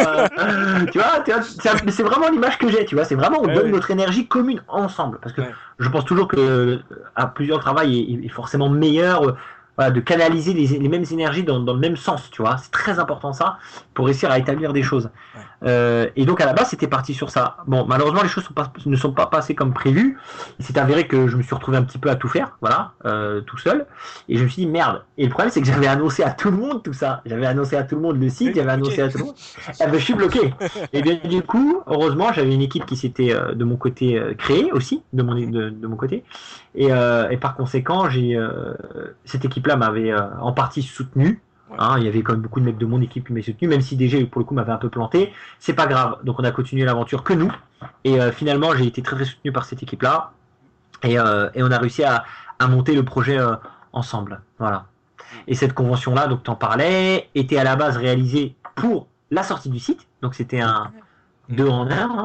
Tu vois, c'est vraiment l'image que j'ai. Tu vois, c'est vraiment on donne notre énergie commune ensemble, parce que je pense toujours que à plusieurs travail est forcément meilleur. De canaliser les mêmes énergies dans le même sens, tu vois, c'est très important ça pour réussir à établir des choses. Et donc à la base c'était parti sur ça. Bon, malheureusement les choses ne sont pas passées comme prévu. Il s'est avéré que je me suis retrouvé un petit peu à tout faire, voilà, tout seul. Et je me suis dit merde. Et le problème c'est que j'avais annoncé à tout le monde tout ça. J'avais annoncé à tout le monde le site, j'avais annoncé à tout le monde. Je suis bloqué. Et bien du coup, heureusement j'avais une équipe qui s'était de mon côté créée aussi, de mon côté. Et par conséquent, cette équipe-là m'avait en partie soutenu. Il y avait quand même beaucoup de mecs de mon équipe qui m'avaient soutenu, même si DG pour le coup m'avait un peu planté. C'est pas grave. Donc on a continué l'aventure que nous. Et finalement, j'ai été très très soutenu par cette équipe-là. Et on a réussi à monter le projet ensemble. Voilà. Et cette convention-là, donc t'en parlais, était à la base réalisée pour la sortie du site. Donc c'était un 2 en 1.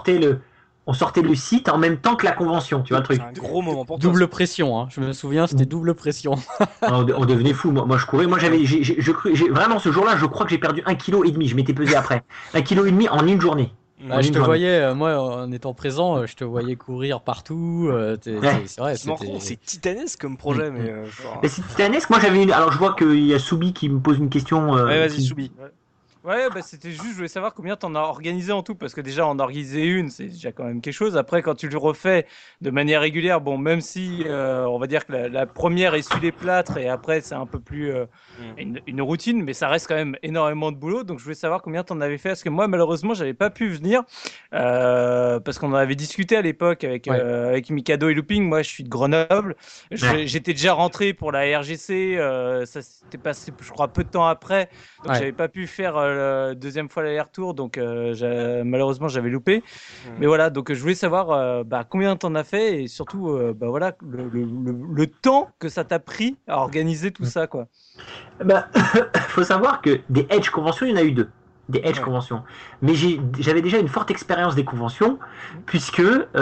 On sortait le site en même temps que la convention, tu vois le truc. C'est un gros moment pour toi. Double pression, hein. Je me souviens, c'était double pression. On devenait fou. Moi, je courais. Moi, j'ai vraiment ce jour-là, je crois que j'ai perdu 1,5 kg. Je m'étais pesé après. 1,5 kg en une journée. Je te voyais, moi, en étant présent, je te voyais courir partout. C'est vrai. C'est titanesque comme projet, mais. Mais c'est titanesque. Moi, j'avais une. Alors, je vois qu'il y a Soubi qui me pose une question. Vas-y, Soubi. Ouais, c'était juste, je voulais savoir combien t'en as organisé en tout, parce que déjà en organiser une, c'est déjà quand même quelque chose. Après, quand tu le refais de manière régulière, bon, même si on va dire que la première essuie les plâtres et après c'est un peu plus une routine, mais ça reste quand même énormément de boulot. Donc je voulais savoir combien t'en avais fait, parce que moi malheureusement j'avais pas pu venir parce qu'on en avait discuté à l'époque avec Mikado et Looping. Moi je suis de Grenoble, j'étais déjà rentré pour la RGC, ça s'était passé je crois peu de temps après, donc j'avais pas pu faire deuxième fois l'aller-retour, donc malheureusement j'avais loupé. Mais voilà, donc je voulais savoir combien t'en as fait et surtout voilà le temps que ça t'a pris à organiser tout ça, quoi. Faut savoir que des Edge Conventions, il y en a eu 2. des Edge conventions. Mais j'avais déjà une forte expérience des conventions, puisque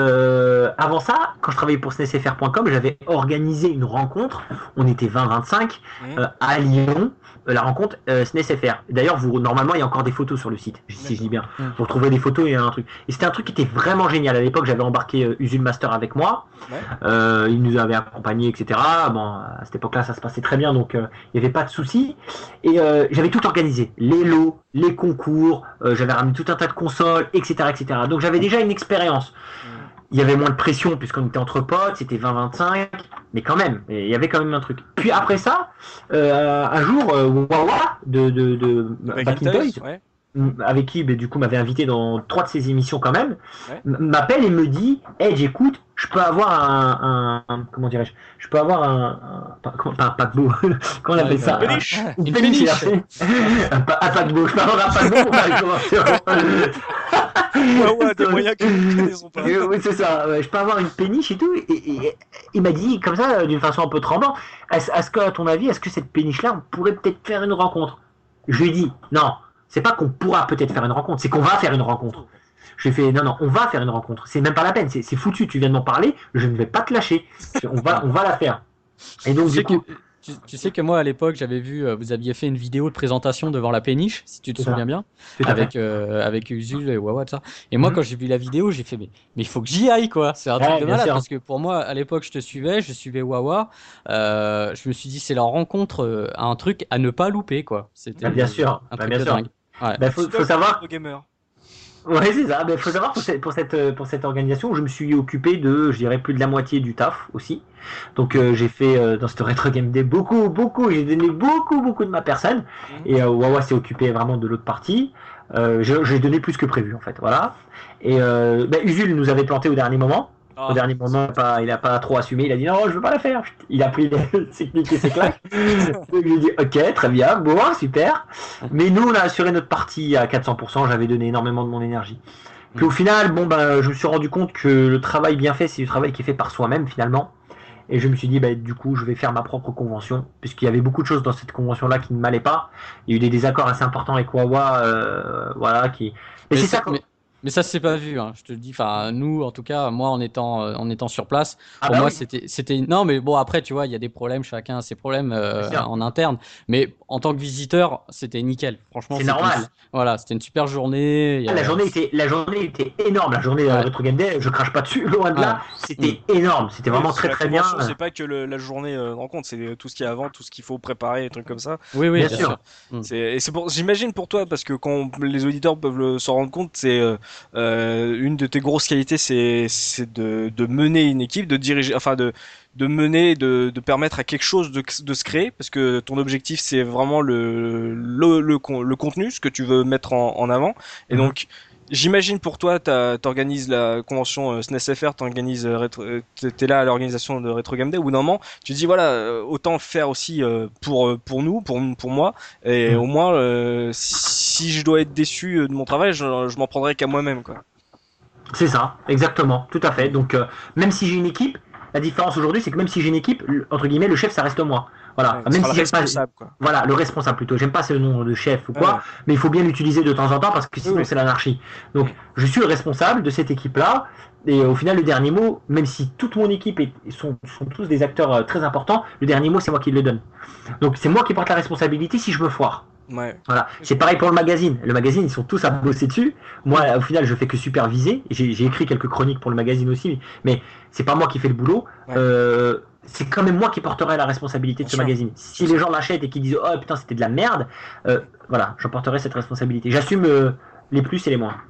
avant ça, quand je travaillais pour SNESFR.com, j'avais organisé une rencontre, on était 20-25, à Lyon, la rencontre SNESFR. D'ailleurs, normalement, il y a encore des photos sur le site, si je dis bien. Vous retrouverez des photos, il y a un truc. Et c'était un truc qui était vraiment génial. À l'époque, j'avais embarqué Usul Master avec moi. Il nous avait accompagnés, etc. Bon, à cette époque-là, ça se passait très bien, donc il n'y avait pas de soucis. Et j'avais tout organisé. Les lots, les concours, j'avais ramené tout un tas de consoles, etc. etc. Donc j'avais déjà une expérience. Il y avait moins de pression puisqu'on était entre potes, c'était 20-25, mais quand même, il y avait quand même un truc. Puis après ça, un jour, Wawa de Back in Toys, avec qui du coup m'avait invité dans 3 de ses émissions quand même, m'appelle et me dit Edge, écoute, je peux avoir un comment dirais-je, je peux avoir un paquebot, comment on appelle ça, une péniche, un paquebot, je peux avoir un paquebot pour faire une convention. Des moyens que nous connaissons pas. Oui, c'est ça, je peux avoir une péniche et tout, et il m'a dit comme ça, d'une façon un peu tremblante, est-ce que à ton avis, est-ce que cette péniche là, on pourrait peut-être faire une rencontre? Je lui ai dit non. C'est pas qu'on pourra peut-être faire une rencontre, c'est qu'on va faire une rencontre. J'ai fait non, on va faire une rencontre. C'est même pas la peine, c'est foutu. Tu viens de m'en parler, je ne vais pas te lâcher. On va la faire. Et donc du coup, tu sais que moi à l'époque j'avais vu, vous aviez fait une vidéo de présentation devant la péniche, si tu te souviens bien, avec Usul et Wawa, ça. Et moi quand j'ai vu la vidéo, j'ai fait mais il faut que j'y aille quoi. C'est un truc de malade parce que pour moi à l'époque je suivais Wawa. Je me suis dit c'est leur rencontre, un truc à ne pas louper quoi. C'était bien sûr, un truc bien de sûr. dingue. Ouais. Faut savoir. Gamer. Ouais, c'est ça. Il faut savoir pour cette organisation, je me suis occupé de, je dirais, plus de la moitié du taf aussi. Donc j'ai fait dans cette Retro Game Day beaucoup, j'ai donné beaucoup de ma personne. Et Wawa s'est occupé vraiment de l'autre partie. J'ai donné plus que prévu en fait, voilà. Et Usul nous avait planté au dernier moment. Au dernier moment, il a pas trop assumé. Il a dit non, je veux pas la faire. Il a pris ses clics et ses claques. Donc j'ai dit ok, très bien, bon, super. Mais nous, on a assuré notre partie à 400%. J'avais donné énormément de mon énergie. Puis au final, je me suis rendu compte que le travail bien fait, c'est du travail qui est fait par soi-même finalement. Et je me suis dit, du coup, je vais faire ma propre convention, puisqu'il y avait beaucoup de choses dans cette convention-là qui ne m'allaient pas. Il y a eu des désaccords assez importants avec Wawa, voilà, qui. Mais c'est ça. Mais ça c'est pas vu, hein, je te le dis. Enfin, nous, en tout cas, moi, en étant sur place, pour moi, c'était. Non, mais bon, après, tu vois, il y a des problèmes, chacun a ses problèmes en interne. Mais en tant que visiteur, c'était nickel. Franchement, c'est normal. Voilà, c'était une super journée. La journée était énorme. La journée Retro Game Day, je crache pas dessus, loin de là. C'était énorme. C'était vraiment très bien. C'est pas que la journée de rencontre, c'est tout ce qu'il y a avant, tout ce qu'il faut préparer, des trucs comme ça. Oui, bien sûr. Et c'est j'imagine pour toi, parce que quand les auditeurs peuvent s'en rendre compte, c'est une de tes grosses qualités, c'est de mener une équipe, de diriger, enfin de mener, de permettre à quelque chose de se créer, parce que ton objectif c'est vraiment le contenu, ce que tu veux mettre en avant. Et donc j'imagine pour toi, t'organises la convention SNESFR, t'es là à l'organisation de Retro Game Day. Au bout d'un moment, tu te dis voilà, autant faire aussi pour nous, pour moi, et au moins si je dois être déçu de mon travail, je m'en prendrai qu'à moi-même, quoi. C'est ça, exactement, tout à fait. Donc même si j'ai une équipe, la différence aujourd'hui, c'est que même si j'ai une équipe, entre guillemets, le chef, ça reste moi. Voilà. Ouais, même si j'aime pas, quoi. Voilà, le responsable plutôt. J'aime pas ce nom de chef ou quoi, mais il faut bien l'utiliser de temps en temps parce que sinon c'est l'anarchie. Donc, je suis le responsable de cette équipe-là. Et au final, le dernier mot, même si toute mon équipe sont tous des acteurs très importants, le dernier mot, c'est moi qui le donne. Donc, c'est moi qui porte la responsabilité si je me foire. Ouais. Voilà. C'est pareil pour le magazine. Le magazine, ils sont tous à bosser dessus. Moi, au final, je fais que superviser. J'ai écrit quelques chroniques pour le magazine aussi, mais c'est pas moi qui fais le boulot. Ouais. C'est quand même moi qui porterai la responsabilité de ce magazine. Si les gens l'achètent et qu'ils disent oh putain c'était de la merde, voilà, je porterai cette responsabilité. J'assume les plus et les moins.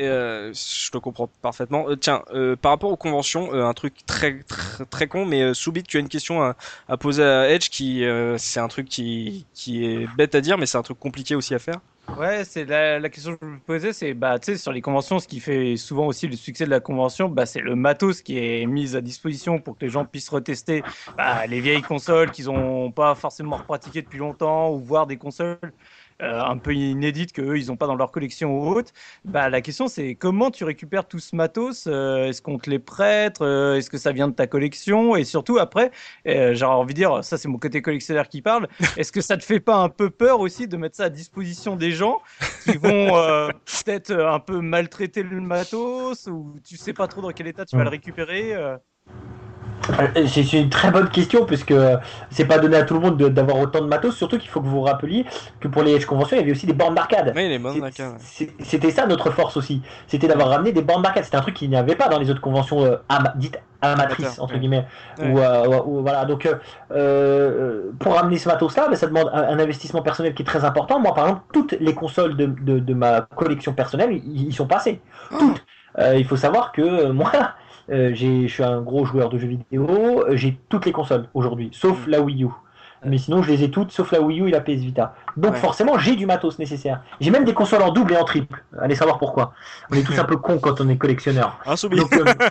Je te comprends parfaitement. Tiens, par rapport aux conventions, un truc très con, mais Soubit, tu as une question à poser à Edge qui c'est un truc qui est bête à dire, mais c'est un truc compliqué aussi à faire. Ouais, c'est la question que je me posais, c'est tu sais sur les conventions, ce qui fait souvent aussi le succès de la convention, c'est le matos qui est mis à disposition pour que les gens puissent retester les vieilles consoles qu'ils n'ont pas forcément repratiquées depuis longtemps ou voir des consoles un peu inédites qu'eux, ils n'ont pas dans leur collection ou autre. Bah, la question, c'est comment tu récupères tout ce matos? Est-ce qu'on te les prête? Est-ce que ça vient de ta collection? Et surtout, après, j'ai envie de dire, ça, c'est mon côté collectionneur qui parle. Est-ce que ça te fait pas un peu peur aussi de mettre ça à disposition des gens qui vont peut-être un peu maltraiter le matos ou tu sais pas trop dans quel état tu vas le récupérer? C'est une très bonne question puisque c'est pas donné à tout le monde d'avoir autant de matos, surtout qu'il faut que vous vous rappeliez que pour les Edge conventions il y avait aussi des bornes d'arcade. Oui, les bornes d'arcade. C'était ça notre force aussi, c'était d'avoir ramené des bornes d'arcade. C'était un truc qu'il n'y avait pas dans les autres conventions dites amatrices entre guillemets. Ou voilà, donc pour ramener ce matos là, ça demande un investissement personnel qui est très important. Moi par exemple, toutes les consoles de ma collection personnelle y sont passées, toutes. Il faut savoir que moi je suis un gros joueur de jeux vidéo, j'ai toutes les consoles aujourd'hui, sauf la Wii U. Mais sinon, je les ai toutes, sauf la Wii U et la PS Vita. Donc forcément, j'ai du matos nécessaire. J'ai même des consoles en double et en triple. Allez savoir pourquoi. On est tous un peu cons quand on est collectionneur. Donc,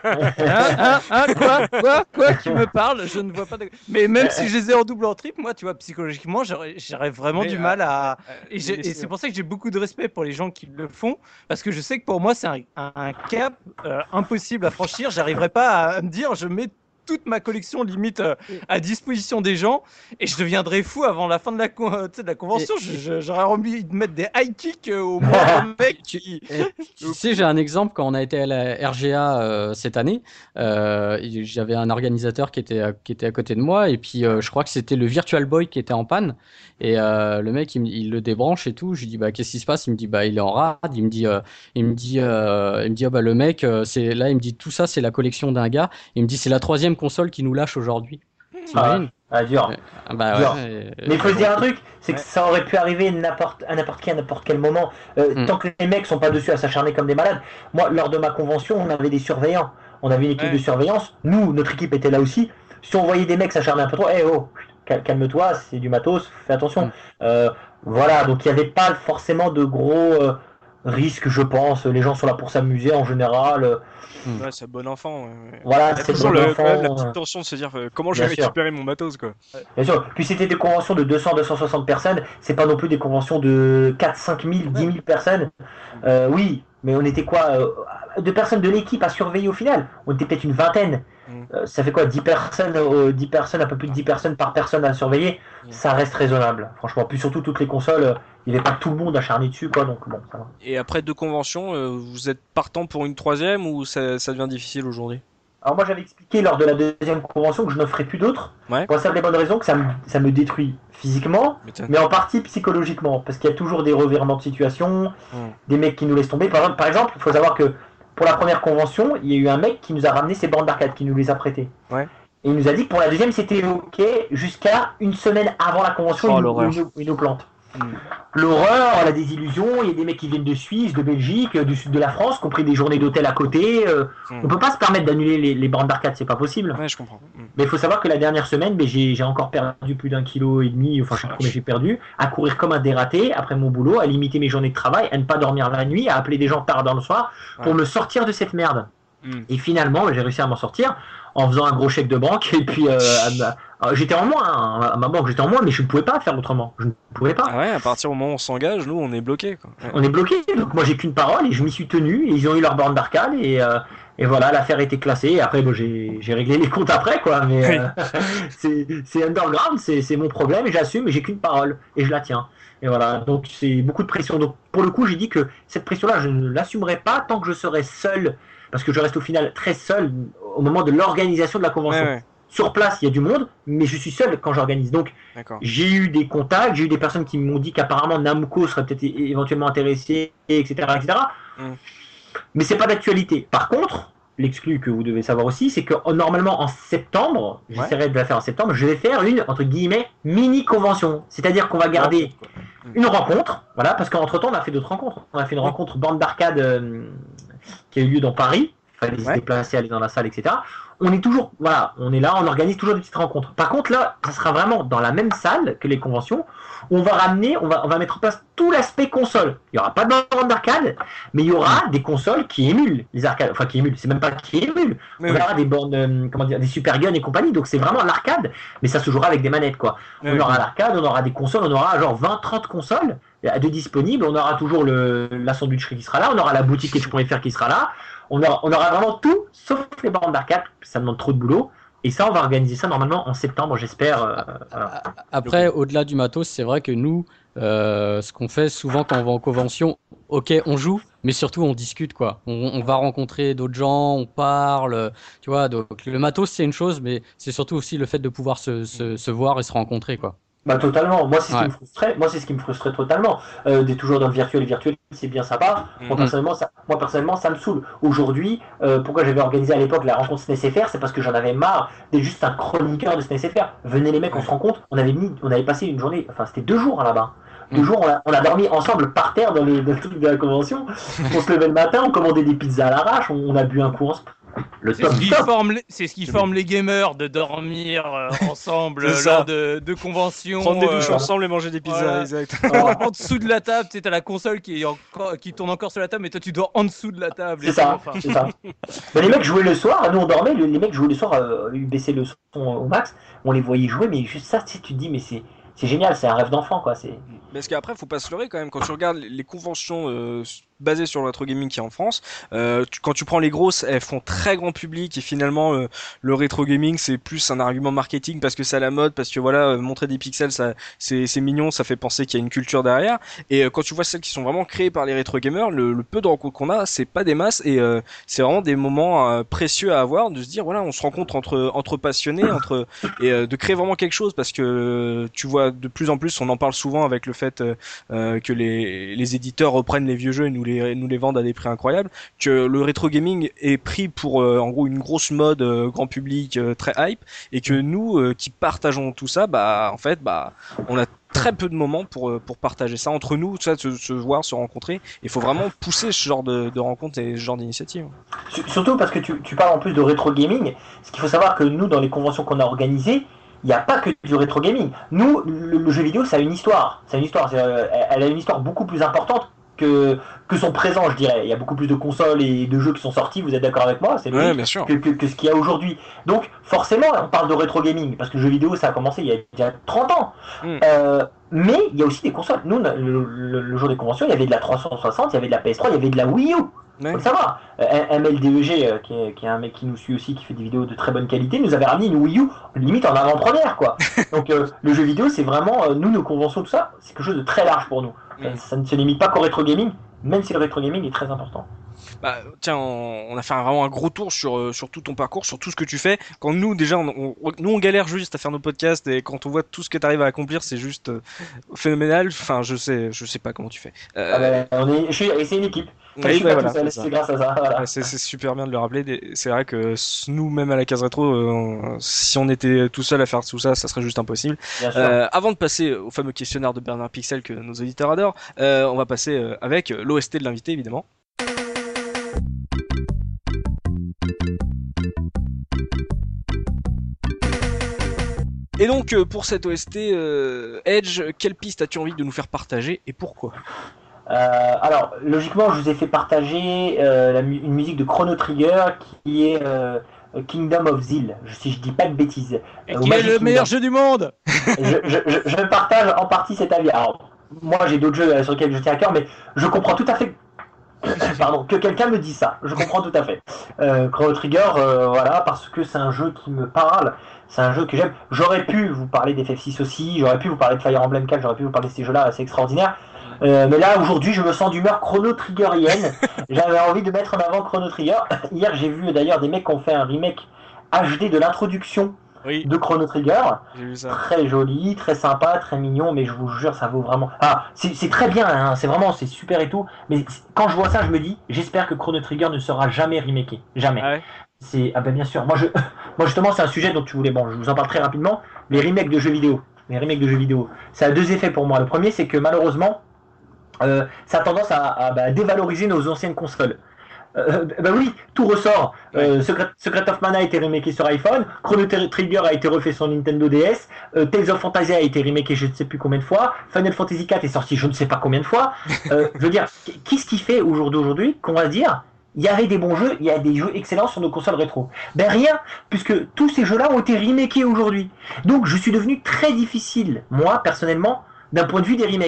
Quoi tu me parles? Je ne vois pas de... Mais même si je les ai en double en triple, moi, tu vois, psychologiquement, j'aurais vraiment du mal à... Et c'est pour ça que j'ai beaucoup de respect pour les gens qui le font, parce que je sais que pour moi, c'est un cap impossible à franchir. J'arriverai pas à me dire, je mets toute ma collection limite à disposition des gens et je deviendrais fou avant la fin de la convention. J'aurais envie de mettre des high kicks au moins mec. Tu sais, j'ai un exemple. Quand on a été à la RGA cette année, j'avais un organisateur qui était à côté de moi et puis je crois que c'était le Virtual Boy qui était en panne et le mec il le débranche et tout. Je lui dis bah qu'est-ce qui se passe? Il me dit bah il est en rade. Il me dit ah, bah le mec c'est là, il me dit tout ça c'est la collection d'un gars. Il me dit c'est la 3e console qui nous lâche aujourd'hui. T'imagines? Dur. Bah, dur. Ouais, mais il faut se dire un truc, c'est que ça aurait pu arriver à n'importe qui, à n'importe quel moment. Tant que les mecs sont pas dessus à s'acharner comme des malades. Moi, lors de ma convention, on avait des surveillants. On avait une équipe de surveillance. Nous, notre équipe était là aussi. Si on voyait des mecs s'acharner un peu trop, calme-toi, c'est du matos, fais attention. Voilà, donc il n'y avait pas forcément de gros risques, je pense. Les gens sont là pour s'amuser en général. Ouais, c'est bon enfant. Voilà, c'est toujours bon enfant. la petite tension de se dire comment je vais récupérer mon matos, quoi. Bien sûr. Puis c'était des conventions de 200-260 personnes. C'est pas non plus des conventions de 4-5 000, 10 000 personnes. Oui, mais on était quoi de personnes de l'équipe à surveiller au final. On était peut-être une vingtaine. Ça fait quoi 10 personnes, un peu plus de 10 personnes par personne à surveiller. Ça reste raisonnable, franchement. Puis surtout, toutes les consoles, il n'y avait pas tout le monde acharné dessus, quoi. Donc bon, ça va. Et après 2 conventions, vous êtes partant pour une 3e ou ça devient difficile aujourd'hui? Alors moi, j'avais expliqué lors de la 2e convention que je n'en ferai plus d'autres. Pour la simple et bonne raison que ça me détruit physiquement, mais en partie psychologiquement. Parce qu'il y a toujours des revirements de situation, des mecs qui nous laissent tomber. Par exemple, il faut savoir que pour la première convention, il y a eu un mec qui nous a ramené ses bornes d'arcade, qui nous les a prêtées. Et il nous a dit que pour la 2e, c'était OK jusqu'à une semaine avant la convention, il nous plante. L'horreur, la désillusion, il y a des mecs qui viennent de Suisse, de Belgique, du sud de la France, qui ont pris des journées d'hôtel à côté. On peut pas se permettre d'annuler les bornes d'arcade, c'est pas possible. Ouais, je comprends. Mais il faut savoir que la dernière semaine, j'ai encore perdu plus d'1,5 kg, enfin je sais pas combien j'ai perdu, à courir comme un dératé après mon boulot, à limiter mes journées de travail, à ne pas dormir la nuit, à appeler des gens tard dans le soir pour me sortir de cette merde. Et finalement, j'ai réussi à m'en sortir en faisant un gros chèque de banque et puis j'étais en moins à ma banque, j'étais en moins, mais je ne pouvais pas faire autrement. Je ne pouvais pas. Ah ouais, à partir du moment où on s'engage, nous on est bloqué, quoi. On est bloqué, donc moi j'ai qu'une parole et je m'y suis tenu. Et ils ont eu leur borne d'arcade et voilà, l'affaire était classée. Et après, j'ai réglé les comptes après, quoi. Mais c'est underground, c'est mon problème et j'assume. Et j'ai qu'une parole et je la tiens. Et voilà, donc c'est beaucoup de pression. Donc pour le coup, j'ai dit que cette pression-là, je ne l'assumerai pas tant que je serai seul. Parce que je reste au final très seul au moment de l'organisation de la convention. Sur place, il y a du monde, mais je suis seul quand j'organise. Donc, j'ai eu des contacts, j'ai eu des personnes qui m'ont dit qu'apparemment Namco serait peut-être éventuellement intéressé, etc. Mais c'est pas d'actualité. Par contre, l'exclu que vous devez savoir aussi, c'est que normalement en septembre, j'essaierai de la faire en septembre, je vais faire une, entre guillemets, mini-convention. C'est-à-dire qu'on va garder une rencontre, voilà, parce qu'entre temps, on a fait d'autres rencontres. On a fait une rencontre bande d'arcade qui a eu lieu dans Paris. Il fallait se déplacer, aller dans la salle, etc. On est toujours, voilà, on est là, on organise toujours des petites rencontres. Par contre, là, ça sera vraiment dans la même salle que les conventions. On va ramener, on va mettre en place tout l'aspect console. Il n'y aura pas de bande d'arcade, mais il y aura des consoles qui émulent les arcades. Enfin, qui émulent, c'est même pas qui émulent. On aura des bornes, des Super Gun et compagnie. Donc, c'est vraiment l'arcade, mais ça se jouera avec des manettes, quoi. On aura l'arcade, on aura des consoles, on aura genre 20-30 consoles de disponible. On aura toujours la sandwicherie qui sera là, on aura la boutique Edge.fr qui sera là. On aura vraiment tout, sauf les bornes d'arcade. Ça demande trop de boulot. Et ça, on va organiser ça normalement en septembre, j'espère. Voilà. Après, au-delà du matos, c'est vrai que nous, ce qu'on fait souvent quand on va en convention, ok, on joue, mais surtout on discute, quoi. On va rencontrer d'autres gens, on parle, tu vois. Donc le matos, c'est une chose, mais c'est surtout aussi le fait de pouvoir se voir et se rencontrer, quoi. Bah totalement. Moi, c'est ce qui me frustrait. Moi, c'est ce qui me frustrait totalement. D'être toujours dans le virtuel. Le virtuel, c'est bien sympa. Moi, personnellement, ça me saule. Aujourd'hui, pourquoi j'avais organisé à l'époque la rencontre SNESFR, c'est parce que j'en avais marre d'être juste un chroniqueur de SNESFR. Venez les mecs, on se rencontre. On avait passé une journée. Enfin, c'était 2 jours là-bas. 2 jours, on a dormi ensemble par terre dans le truc de la convention. On se levait le matin, on commandait des pizzas à l'arrache, on a bu un coup ensemble. C'est ce qui forme les gamers, de dormir ensemble lors de conventions. Prendre des douches ensemble et manger des pizzas. Voilà. Exact. En dessous de la table, tu as la console qui tourne encore sur la table, mais toi tu dors en dessous de la table. C'est ça. Mais les mecs jouaient le soir, nous on dormait, les mecs jouaient le soir, ils baissaient le son au max, on les voyait jouer, mais juste ça, tu te dis, mais c'est génial, c'est un rêve d'enfant, quoi. Parce qu'après, faut pas se leurrer quand même. Quand tu regardes les conventions basées sur le rétro gaming qui est en France, quand tu prends les grosses, elles font très grand public et finalement le rétro gaming c'est plus un argument marketing parce que c'est à la mode, parce que voilà, montrer des pixels, ça c'est mignon, ça fait penser qu'il y a une culture derrière. Et quand tu vois celles qui sont vraiment créées par les rétro gamers, le peu de rencontres qu'on a, c'est pas des masses et c'est vraiment des moments précieux à avoir, de se dire voilà, on se rencontre entre passionnés, et de créer vraiment quelque chose, parce que tu vois de plus en plus, on en parle souvent avec le fait que les éditeurs reprennent les vieux jeux et nous les vendent à des prix incroyables, que le rétro gaming est pris pour en gros une grosse mode grand public très hype, et que nous qui partageons tout ça, en fait on a très peu de moments pour partager ça entre nous, ça, se voir, se rencontrer. Il faut vraiment pousser ce genre de rencontres et ce genre d'initiatives. Surtout parce que tu parles en plus de rétro gaming. Ce qu'il faut savoir, que nous, dans les conventions qu'on a organisées, il n'y a pas que du rétro gaming. Nous, le jeu vidéo, ça a une histoire. Elle a une histoire beaucoup plus importante que son présent, je dirais. Il y a beaucoup plus de consoles et de jeux qui sont sortis, vous êtes d'accord avec moi? C'est ouais, bien sûr. Que ce qu'il y a aujourd'hui. Donc, forcément, on parle de rétro gaming, parce que le jeu vidéo, ça a commencé il y a déjà 30 ans. Mais il y a aussi des consoles. Nous, le jour des conventions, il y avait de la 360, il y avait de la PS3, il y avait de la Wii U. Faut le savoir. MLDEG, qui est un mec qui nous suit aussi, qui fait des vidéos de très bonne qualité, nous avait ramené une Wii U limite en avant-première, quoi. Donc le jeu vidéo, c'est vraiment nos conventions, tout ça, c'est quelque chose de très large pour nous. Ça ne se limite pas qu'au rétro gaming, même si le rétro gaming est très important. Tiens, on a fait vraiment un gros tour sur tout ton parcours, sur tout ce que tu fais. Quand nous, déjà, on galère juste à faire nos podcasts, et quand on voit tout ce que tu arrives à accomplir, c'est juste phénoménal. Enfin, je sais pas comment tu fais. C'est une équipe. Oui, voilà, c'est grâce à ça. Voilà. C'est super bien de le rappeler. C'est vrai que nous, même à la case rétro, si on était tout seul à faire tout ça, ça serait juste impossible. Avant de passer au fameux questionnaire de Bernard Pixel que nos auditeurs adorent, on va passer avec l'OST de l'invité, évidemment. Et donc, pour cette OST, Edge, quelle piste as-tu envie de nous faire partager et pourquoi ? Alors, logiquement, je vous ai fait partager une musique de Chrono Trigger qui est Kingdom of Zeal, si je dis pas de bêtises. Et qui est le meilleur jeu du monde. Je partage en partie cet avis. Alors, moi, j'ai d'autres jeux sur lesquels je tiens à cœur, mais je comprends tout à fait que quelqu'un me dise ça. Je comprends tout à fait. Chrono Trigger, voilà, parce que c'est un jeu qui me parle. C'est un jeu que j'aime. J'aurais pu vous parler d'FF6 aussi, j'aurais pu vous parler de Fire Emblem 4, j'aurais pu vous parler de ces jeux-là, c'est extraordinaire. Mais là, aujourd'hui, je me sens d'humeur Chrono Triggerienne. J'avais envie de mettre en avant Chrono Trigger. Hier, j'ai vu d'ailleurs des mecs qui ont fait un remake HD de l'introduction de Chrono Trigger. J'ai vu ça. Très joli, très sympa, très mignon, mais je vous jure, ça vaut vraiment... c'est très bien, hein, c'est super et tout, mais quand je vois ça, je me dis, j'espère que Chrono Trigger ne sera jamais remaké. Jamais. Ah ouais. Bien sûr. Moi, justement, c'est un sujet dont tu voulais... Bon, je vous en parle très rapidement. Les remakes de jeux vidéo. Ça a 2 effets pour moi. Le premier, c'est que malheureusement, ça a tendance à dévaloriser nos anciennes consoles. Oui, tout ressort. Secret of Mana a été remaké sur iPhone, Chrono Trigger a été refait sur Nintendo DS, Tales of Fantasia a été remaké je ne sais plus combien de fois, Final Fantasy 4 est sorti je ne sais pas combien de fois. Je veux dire, qu'est-ce qui fait au jour d'aujourd'hui qu'on va dire il y avait des bons jeux, il y a des jeux excellents sur nos consoles rétro? Rien, puisque tous ces jeux-là ont été remakés aujourd'hui. Donc je suis devenu très difficile, moi personnellement, d'un point de vue des remakes.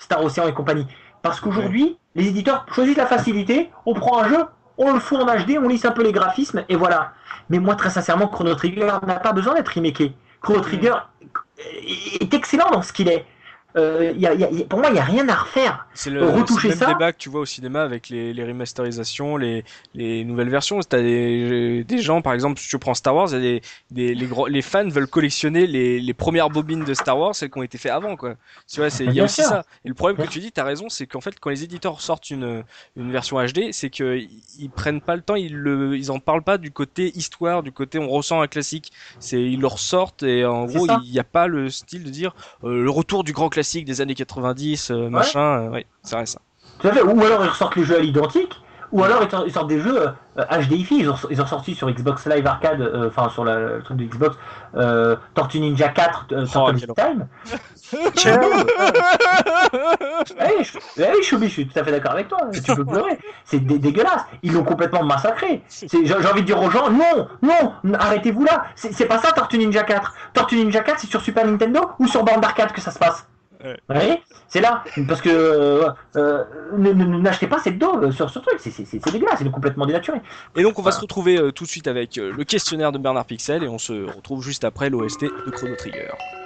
Star Ocean et compagnie. Parce qu'aujourd'hui, les éditeurs choisissent la facilité, on prend un jeu, on le fout en HD, on lisse un peu les graphismes, et voilà. Mais moi, très sincèrement, Chrono Trigger n'a pas besoin d'être remaké. Chrono Trigger est excellent dans ce qu'il est. Pour moi, il n'y a rien à refaire. C'est le même débat que tu vois au cinéma avec les remasterisations, les nouvelles versions. T'as des gens, par exemple, si tu prends Star Wars, les fans veulent collectionner les premières bobines de Star Wars, celles qui ont été faites avant, quoi. Tu vois, il y a aussi ça. Et le problème que tu dis, t'as raison, c'est qu'en fait, quand les éditeurs sortent une version HD, c'est qu'ils prennent pas le temps, ils en parlent pas du côté histoire, du côté on ressent un classique. Ils le ressortent et en gros, il n'y a pas le style de dire le retour du grand classique des années 90, machin, ouais, c'est vrai ça. Tout à fait. Ou alors ils ressortent les jeux à l'identique, ou alors ils sortent des jeux HDIFI. Ils ont sorti sur Xbox Live Arcade, enfin sur le truc de Xbox, Tortue Ninja 4, Turtles Time. Choubi, je suis tout à fait d'accord avec toi. Tu peux pleurer. C'est dégueulasse. Ils l'ont complètement massacré. J'ai envie de dire aux gens, non, arrêtez-vous là. C'est pas ça Tortue Ninja 4. Tortue Ninja 4, c'est sur Super Nintendo ou sur bande d'arcade que ça se passe. Ouais, c'est là, parce que n'achetez pas cette dos sur ce truc, c'est dégueulasse, c'est complètement dénaturé. Et donc on va se retrouver tout de suite avec le questionnaire de Bernard Pixel et on se retrouve juste après l'OST de Chrono Trigger.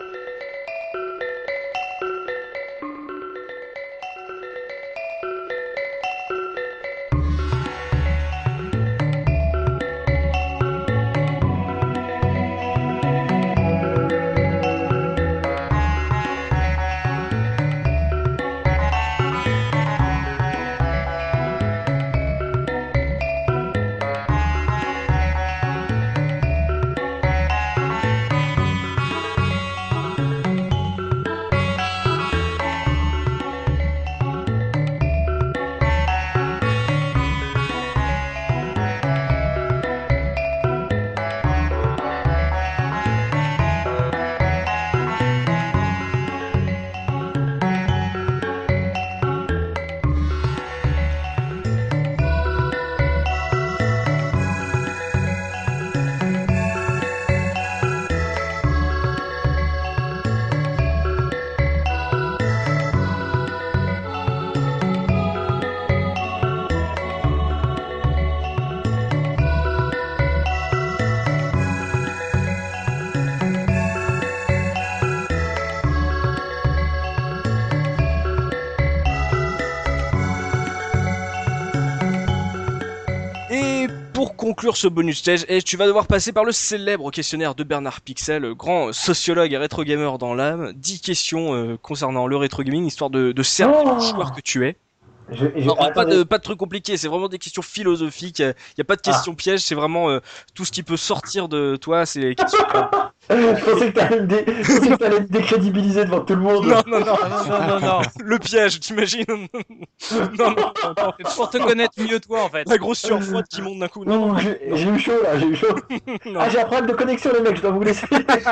Conclure ce bonus stage et tu vas devoir passer par le célèbre questionnaire de Bernard Pixel, grand sociologue et rétro gamer dans l'âme. 10 questions concernant le rétro gaming, histoire de servir le joueur que tu es. Pas de trucs compliqués, c'est vraiment des questions philosophiques. Il y a pas de questions pièges, c'est vraiment tout ce qui peut sortir de toi, c'est les questions. Je pensais que t'allais me décrédibiliser devant tout le monde. Non. Le piège, t'imagines? Non. Pour te connaître mieux toi en fait. La grosse sueur froide qui monte d'un coup. Non. J'ai eu chaud là, j'ai un problème de connexion les mecs, je dois vous laisser.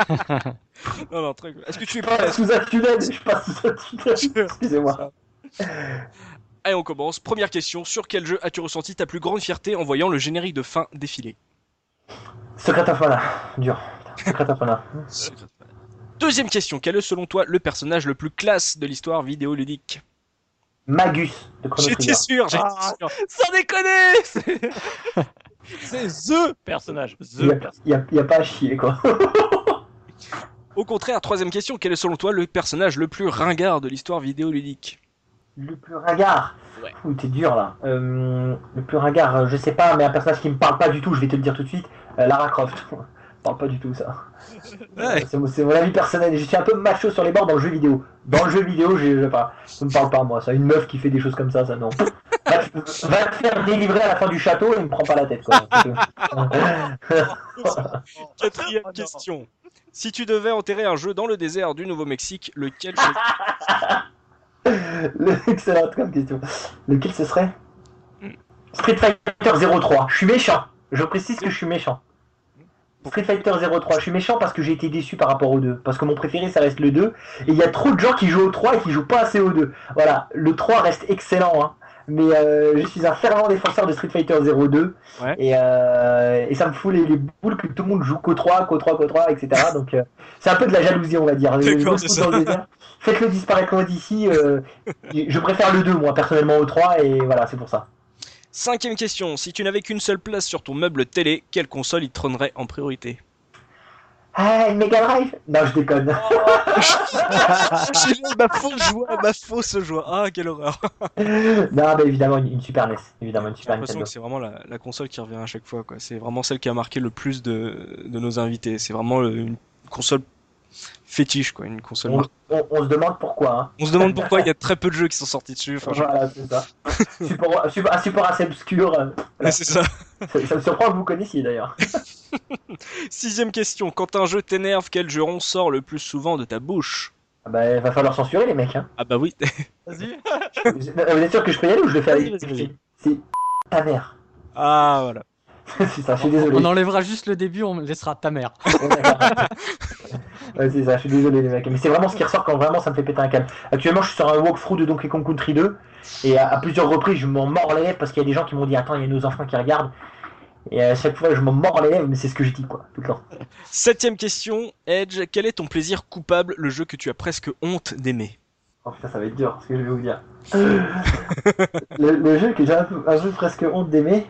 Non, très cool. Est-ce que tu es prêt? Sous un tunnel, je passe sous un tunnel. Excusez-moi. Allez, on commence. Première question. Sur quel jeu as-tu ressenti ta plus grande fierté en voyant le générique de fin défiler? Secret of Mana. Dur. Secret of Mana. Deuxième question. Quel est selon toi le personnage le plus classe de l'histoire vidéoludique? Magus de Chrono Trigger. J'étais sûr. Sans déconner. C'est THE personnage. Il y a pas à chier quoi. Au contraire, troisième question. Quel est selon toi le personnage le plus ringard de l'histoire vidéoludique? Le plus ringard. Ouais. Ouh, t'es dur là. Le plus ringard, je sais pas, mais un personnage qui me parle pas du tout, je vais te le dire tout de suite. Lara Croft. Parle pas du tout ça. Ouais. C'est mon avis personnel. Je suis un peu macho sur les bords dans le jeu vidéo. Dans le jeu vidéo, je sais pas. Ça me parle pas moi. Ça, une meuf qui fait des choses comme ça non. Va te faire délivrer à la fin du château et me prends pas la tête quoi. Quatrième question. Si tu devais enterrer un jeu dans le désert du Nouveau-Mexique, lequel Excellente comme question. Lequel ce serait? Street Fighter 03. Je suis méchant. Je précise que je suis méchant. Street Fighter 03. Je suis méchant parce que j'ai été déçu par rapport au 2. Parce que mon préféré, ça reste le 2. Et il y a trop de gens qui jouent au 3 et qui jouent pas assez au 2. Voilà. Le 3 reste excellent. Hein. mais je suis un fervent défenseur de Street Fighter 02. Ouais. Et ça me fout les boules que tout le monde joue qu'au 3, etc. Donc c'est un peu de la jalousie, on va dire. D'accord, c'est ça. Faites-le disparaître d'ici. Je préfère le 2, moi, personnellement, au 3, et voilà, c'est pour ça. 5e question. Si tu n'avais qu'une seule place sur ton meuble télé, quelle console y trônerait en priorité? Ah, une Mega Drive? Non, je déconne. J'ai ma fausse joie. Ah, quelle horreur. Non, mais évidemment, une Super NES. Évidemment, une J'ai Super l'impression Nintendo. que c'est vraiment la console qui revient à chaque fois, quoi. C'est vraiment celle qui a marqué le plus de nos invités. C'est vraiment une console fétiche, quoi. Une console On se demande pourquoi. Hein. On se demande pourquoi il y a très peu de jeux qui sont sortis dessus. Enfin, Voilà, c'est ça. Un support assez obscur. ouais, c'est ça. Ça me surprend que vous connaissiez d'ailleurs. 6e question. Quand un jeu t'énerve, quel juron sort le plus souvent de ta bouche? Ah bah, il va falloir censurer les mecs. Hein. Ah bah oui. Vas-y. Vous êtes sûr que je peux y aller ou je le fais Vas-y. C'est ta mère. Ah voilà. C'est ça, je suis désolé. On enlèvera juste le début, on laissera ta mère. Ouais, c'est ça, je suis désolé les mecs. Mais c'est vraiment ce qui ressort quand vraiment ça me fait péter un câble. Actuellement, je suis sur un walkthrough de Donkey Kong Country 2 et à plusieurs reprises, je m'en mords les lèvres parce qu'il y a des gens qui m'ont dit attends, il y a nos enfants qui regardent. Et à chaque fois, je m'en mords les lèvres, mais c'est ce que je dis quoi, tout le temps. 7e question. Edge, quel est ton plaisir coupable, le jeu que tu as presque honte d'aimer? Oh putain, ça va être dur ce que je vais vous dire. le jeu que j'ai un peu presque honte d'aimer.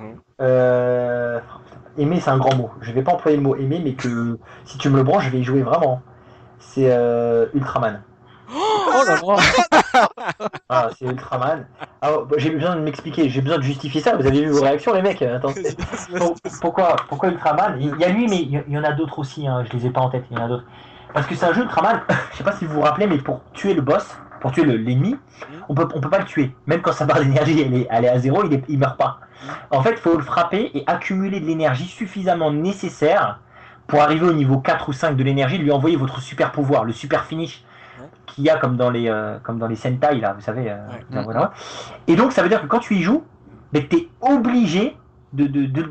Aimer, c'est un grand mot. Je vais pas employer le mot aimer, mais que si tu me le branches, je vais y jouer vraiment. C'est Ultraman. Oh là là. Ah, c'est Ultraman. Alors, j'ai besoin de m'expliquer, j'ai besoin de justifier ça. Vous avez vu vos réactions, les mecs? Attendez. Pourquoi Ultraman? Il y a lui, mais il y en a d'autres aussi. Hein. Je les ai pas en tête. Il y en a d'autres. Parce que c'est un jeu Ultraman. Je sais pas si vous vous rappelez, mais pour tuer le boss, pour tuer l'ennemi, on peut pas le tuer. Même quand sa barre d'énergie elle est à zéro, il meurt pas. En fait, il faut le frapper et accumuler de l'énergie suffisamment nécessaire pour arriver au niveau 4 ou 5 de l'énergie, lui envoyer votre super pouvoir, le super finish qu'il y a comme dans les Sentai là, vous savez. Voilà. Et donc ça veut dire que quand tu y joues, tu es obligé de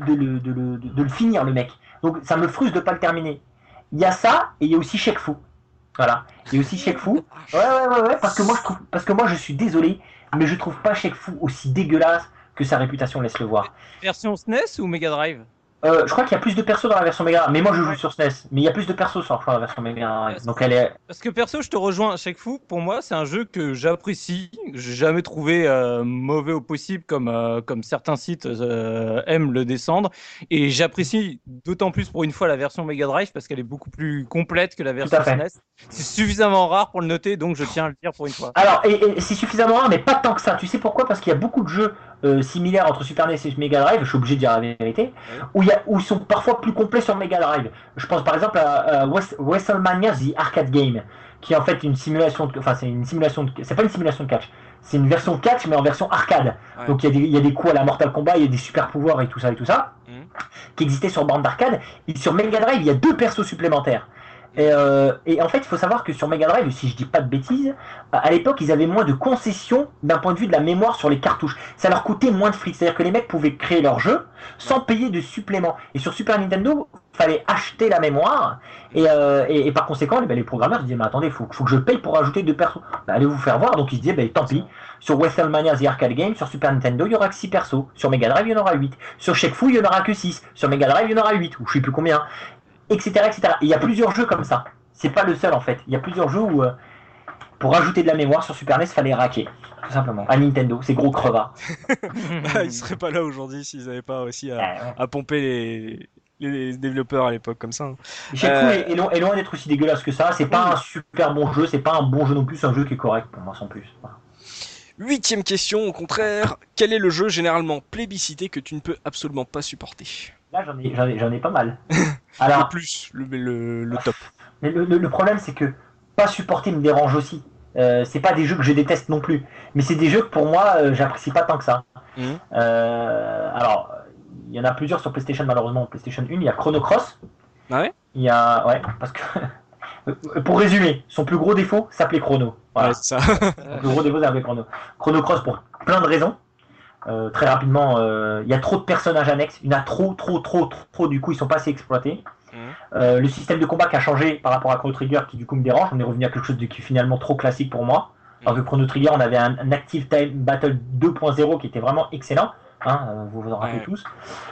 le finir le mec. Donc ça me frustre de pas le terminer. Il y a ça et il y a aussi Shekfu. Voilà. Il y a aussi Shekfu. Ouais, parce que moi je suis désolé, mais je trouve pas Shekfu aussi dégueulasse que sa réputation laisse le voir. Version SNES ou Mega Drive? Je crois qu'il y a plus de persos dans la version Mega Drive, mais moi je joue sur SNES, mais il y a plus de persos sur la version Mega Drive. Donc elle est... Parce que perso, je te rejoins, Shekfu, pour moi, c'est un jeu que j'apprécie. J'ai jamais trouvé mauvais au possible comme certains sites aiment le descendre. Et j'apprécie d'autant plus pour une fois la version Mega Drive parce qu'elle est beaucoup plus complète que la version SNES. C'est suffisamment rare pour le noter, donc je tiens à le dire pour une fois. Alors, et c'est suffisamment rare, mais pas tant que ça. Tu sais pourquoi? Parce qu'il y a beaucoup de jeux similaires entre Super NES et Mega Drive, je suis obligé de dire la vérité, où ils sont parfois plus complets sur Mega Drive. Je pense par exemple à WrestleMania The Arcade Game, qui est en fait une simulation de... Enfin, c'est pas une simulation de catch, c'est une version catch, mais en version arcade. Ouais. Donc il y a des coups à la Mortal Kombat, il y a des super pouvoirs et tout ça, qui existaient sur borne d'arcade. Et sur Mega Drive, il y a 2 persos supplémentaires. Et en fait, il faut savoir que sur Mega Drive, si je dis pas de bêtises, à l'époque, ils avaient moins de concessions d'un point de vue de la mémoire sur les cartouches. Ça leur coûtait moins de fric, c'est-à-dire que les mecs pouvaient créer leur jeu sans payer de supplément. Et sur Super Nintendo, il fallait acheter la mémoire. Et par conséquent, les programmeurs se disaient, mais attendez, faut que je paye pour ajouter 2 persos. Allez vous faire voir. Donc ils se disaient, tant pis. Sur WrestleMania The Arcade Game, sur Super Nintendo, il y aura que 6 persos. Sur Mega Drive, il y en aura 8. Sur Shekfu, il y en aura que 6. Sur Mega Drive, il y en aura 8. Ou je sais plus combien. Etc. Et il y a plusieurs jeux comme ça. C'est pas le seul en fait. Il y a plusieurs jeux où pour rajouter de la mémoire sur Super NES, il fallait raquer. Tout simplement. À Nintendo, c'est gros crevards. Ils seraient pas là aujourd'hui s'ils n'avaient pas réussi à pomper les développeurs à l'époque comme ça. Shekfu est loin d'être aussi dégueulasse que ça. C'est pas un super bon jeu, c'est pas un bon jeu non plus, c'est un jeu qui est correct pour moi sans plus. Voilà. 8e question, au contraire, quel est le jeu généralement plébiscité que tu ne peux absolument pas supporter? Là, j'en ai pas mal. Alors, le plus, le top. Mais le problème, c'est que pas supporter me dérange aussi. C'est pas des jeux que je déteste non plus, mais c'est des jeux que pour moi, j'apprécie pas tant que ça. Alors, il y en a plusieurs sur PlayStation, malheureusement. PlayStation 1, il y a Chrono Cross. Ah ouais? Il y a, parce que pour résumer, son plus gros défaut s'appelait Chrono. Voilà. Ouais, c'est ça. Son plus gros défaut s'appelait Chrono. Chrono Cross pour plein de raisons. Très rapidement, il y a trop de personnages annexes. Il y en a trop. Du coup, ils sont pas assez exploités. Le système de combat qui a changé par rapport à Chrono Trigger, qui du coup me dérange. On est revenu à quelque chose qui est finalement trop classique pour moi. Alors que Chrono Trigger, on avait un Active Time Battle 2.0 qui était vraiment excellent. Hein, vous vous en rappelez tous.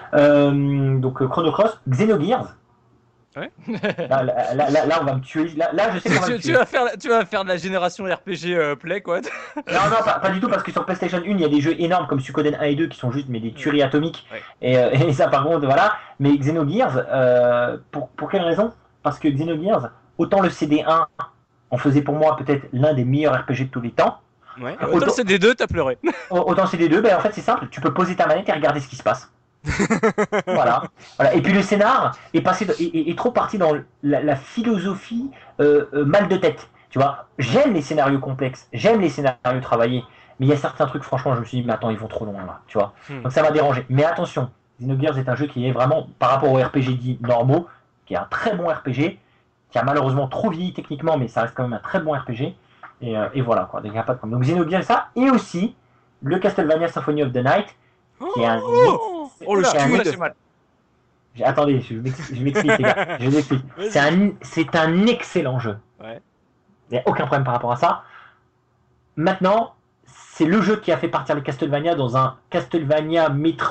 Donc Chrono Cross, Xenogears. Ouais. Là, on va me tuer. Là, je sais qu'on va me tuer. Tu vas faire de la génération RPG Play, quoi. Non, pas du tout, parce que sur PlayStation 1, il y a des jeux énormes comme Suikoden 1 et 2 qui sont juste des tueries atomiques. Ouais. Et ça, par contre, voilà. Mais Xenogears, pour quelle raison? Parce que Xenogears, autant le CD1 en faisait pour moi peut-être l'un des meilleurs RPG de tous les temps. Ouais. Autant le CD2, t'as pleuré. Autant CD2, ben en fait c'est simple, tu peux poser ta manette et regarder ce qui se passe. voilà. Et puis le scénar est trop parti dans la philosophie mal de tête. Tu vois, j'aime les scénarios complexes, j'aime les scénarios travaillés, mais il y a certains trucs, franchement, je me suis dit, mais attends, ils vont trop loin là, tu vois. Donc ça m'a dérangé. Mais attention, Xenogears est un jeu qui est vraiment, par rapport aux RPG dits normaux, qui est un très bon RPG, qui a malheureusement trop vieilli techniquement, mais ça reste quand même un très bon RPG. Et voilà, quoi. Donc il n'y a pas de problème. Donc Xenogears, ça, et aussi le Castlevania Symphony of the Night, qui est un. Le j'ai mal. Attendez, je m'explique, les gars. Je m'explique. C'est un excellent jeu. Ouais. Il n'y a aucun problème par rapport à ça. Maintenant, c'est le jeu qui a fait partir les Castlevania dans un Castlevania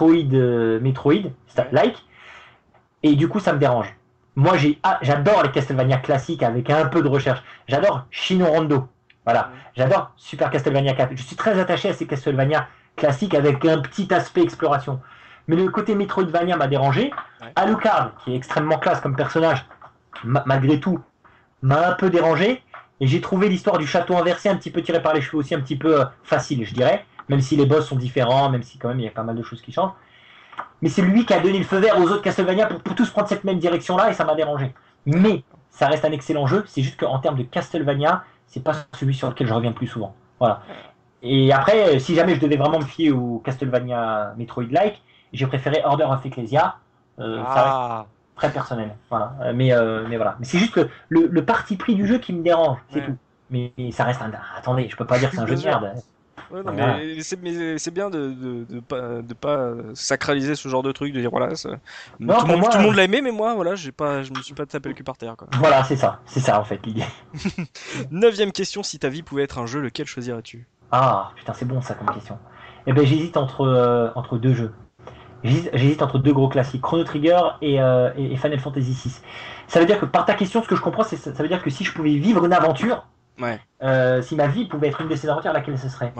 Metroid-like. Et du coup, ça me dérange. Moi, j'adore les Castlevania classiques avec un peu de recherche. J'adore Shino Rondo. Voilà. J'adore Super Castlevania 4. Je suis très attaché à ces Castlevania classiques avec un petit aspect exploration. Mais le côté Metroidvania m'a dérangé. Ouais. Alucard, qui est extrêmement classe comme personnage, malgré tout, m'a un peu dérangé. Et j'ai trouvé l'histoire du château inversé un petit peu tiré par les cheveux aussi, un petit peu facile, je dirais. Même si les boss sont différents, même si quand même il y a pas mal de choses qui changent. Mais c'est lui qui a donné le feu vert aux autres Castlevania pour tous prendre cette même direction-là et ça m'a dérangé. Mais ça reste un excellent jeu. C'est juste qu'en termes de Castlevania, c'est pas celui sur lequel je reviens le plus souvent. Voilà. Et après, si jamais je devais vraiment me fier au Castlevania Metroid-like, j'ai préféré Order of Ecclesia. Ça reste très personnel. Voilà. Mais voilà. Mais c'est juste le parti pris du jeu qui me dérange. C'est tout. Mais ça reste un. Attendez, je peux pas dire que c'est un jeu de merde. Ouais, non, mais c'est bien de pas sacraliser ce genre de truc, de dire voilà, tout le monde l'a aimé, mais moi voilà, je me suis pas tapé le cul par terre, quoi. Voilà, c'est ça en fait l'idée. 9ème question, si ta vie pouvait être un jeu, lequel choisirais-tu? Ah putain, c'est bon ça comme question. Eh ben j'hésite entre deux jeux. J'hésite entre deux gros classiques, Chrono Trigger et Final Fantasy VI. Ça veut dire que par ta question, ce que je comprends, ça veut dire que si je pouvais vivre une aventure, si ma vie pouvait être une de ces aventures, laquelle ce serait?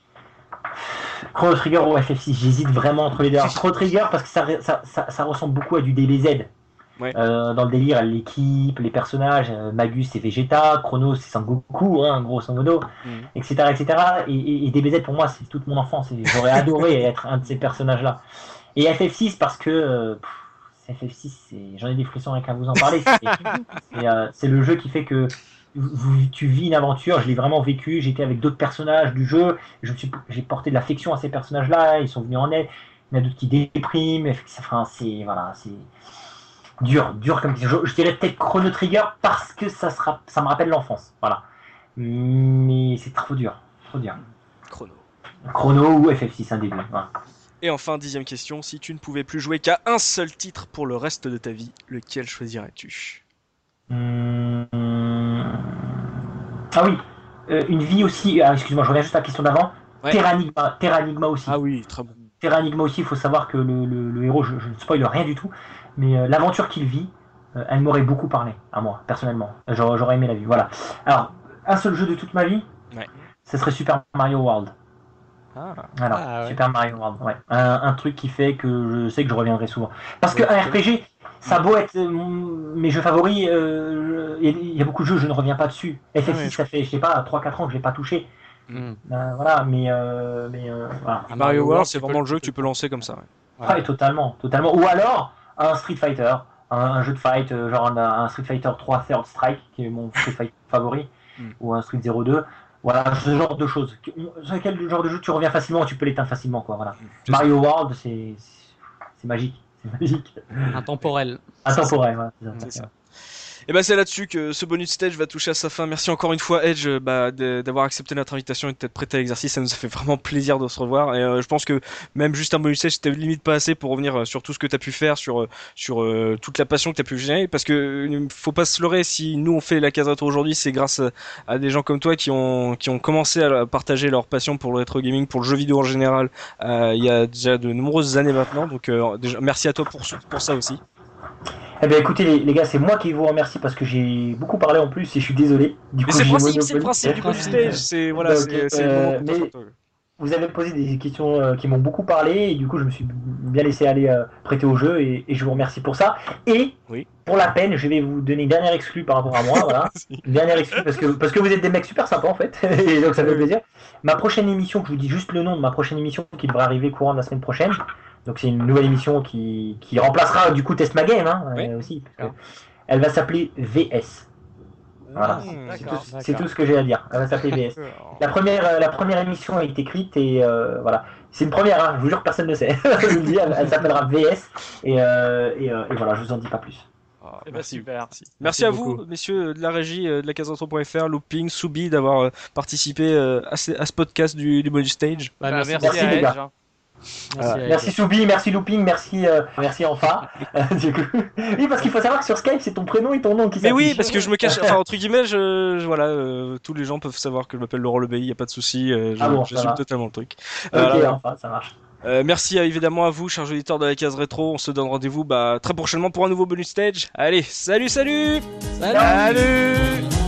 Chrono Trigger ou FF6, j'hésite vraiment entre les deux. Alors, Chrono Trigger parce que ça ressemble beaucoup à du DBZ. Dans le délire, l'équipe, les personnages, Magus c'est Vegeta, Chrono c'est Sangoku, grosso modo, etc. Et DBZ pour moi c'est toute mon enfance. J'aurais adoré être un de ces personnages-là. Et FF6 parce que FF6, j'en ai des frissons avec à vous en parler. C'est le jeu qui fait que tu vis une aventure, je l'ai vraiment vécu, j'étais avec d'autres personnages du jeu, j'ai porté de l'affection à ces personnages-là, ils sont venus en aide, il y en a d'autres qui dépriment, enfin, c'est dur comme je dirais peut-être Chrono Trigger parce que ça me rappelle l'enfance, voilà. Mais c'est trop dur. Chrono ou FF6, un des deux. Voilà. Et enfin, 10ème question, si tu ne pouvais plus jouer qu'à un seul titre pour le reste de ta vie, lequel choisirais-tu? Ah oui, une vie aussi. Excuse-moi, je reviens juste à la question d'avant. Terranigma aussi. Ah oui, très bon. Terranigma aussi, il faut savoir que le héros, je ne spoil rien du tout, mais l'aventure qu'il vit, elle m'aurait beaucoup parlé, à moi, personnellement. J'aurais aimé la vie. Voilà. Alors, un seul jeu de toute ma vie, ce serait Super Mario World. Super Mario World, ouais. Un truc qui fait que je sais que je reviendrai souvent. Parce que un RPG, ça a beau être mes jeux favoris, il y a beaucoup de jeux, je ne reviens pas dessus. FF6, ça fait, je sais pas, 3-4 ans que je l'ai pas touché. Voilà, mais voilà. Mario World, c'est vraiment le jeu que tu peux lancer comme ça. Ouais, totalement. Ou alors, un Street Fighter, un jeu de fight, genre un Street Fighter 3 Third Strike, qui est mon Street Fighter favori, ou un Street 02. Voilà, ce genre de choses. Sur quel genre de jeu tu reviens facilement, tu peux l'éteindre facilement, quoi. Voilà. Mario World, c'est magique. C'est magique. Intemporel. Intemporel, voilà. C'est ça. Et bah c'est là-dessus que ce bonus stage va toucher à sa fin. Merci encore une fois Edge d'avoir accepté notre invitation et d'être prêté à l'exercice. Ça nous a fait vraiment plaisir de se revoir. Et je pense que même juste un bonus stage c'était limite pas assez pour revenir sur tout ce que t'as pu faire, sur toute la passion que t'as pu générer. Parce que faut pas se leurrer, si nous on fait la case rétro aujourd'hui, c'est grâce à des gens comme toi qui ont commencé à partager leur passion pour le rétro gaming, pour le jeu vidéo en général. Il y a déjà de nombreuses années maintenant. Donc déjà, merci à toi pour ça aussi. Eh bien écoutez les gars, c'est moi qui vous remercie parce que j'ai beaucoup parlé en plus et je suis désolé. Du coup, mais c'est le principe du bonus stage, c'est voilà, donc, c'est le moment pour mais vous avez posé des questions qui m'ont beaucoup parlé et du coup je me suis bien laissé aller prêter au jeu et je vous remercie pour ça. Et oui. Pour la peine, je vais vous donner une dernière exclue par rapport à moi, voilà. Une dernière exclue parce que vous êtes des mecs super sympas en fait, et donc ça fait plaisir. Ma prochaine émission, je vous dis juste le nom de ma prochaine émission qui devrait arriver courant de la semaine prochaine. Donc c'est une nouvelle émission qui remplacera du coup Test Ma Game aussi. Elle va s'appeler VS. Voilà, c'est tout ce que j'ai à dire. Elle va s'appeler VS. La première émission est écrite et voilà. C'est une première, hein, je vous jure que personne ne sait. Je vous le dis, elle s'appellera VS et voilà, je vous en dis pas plus. Merci, super. Merci à vous, messieurs de la régie de la caseretro.fr, Looping, Soubi, d'avoir participé à ce podcast du bonus stage. Merci les gars. Merci Soubi, merci Looping, merci Enfa. Du coup, oui, parce qu'il faut savoir que sur Skype c'est ton prénom et ton nom qui s'affichent. Mais oui, parce que je me cache, enfin entre guillemets, voilà, tous les gens peuvent savoir que je m'appelle Laurent Lebey, y a pas de souci, j'assume totalement le truc. Ok, Enfa, ça marche. Merci évidemment à vous, chers auditeurs de la case rétro. On se donne rendez-vous très prochainement pour un nouveau bonus stage. Allez, salut. Salut.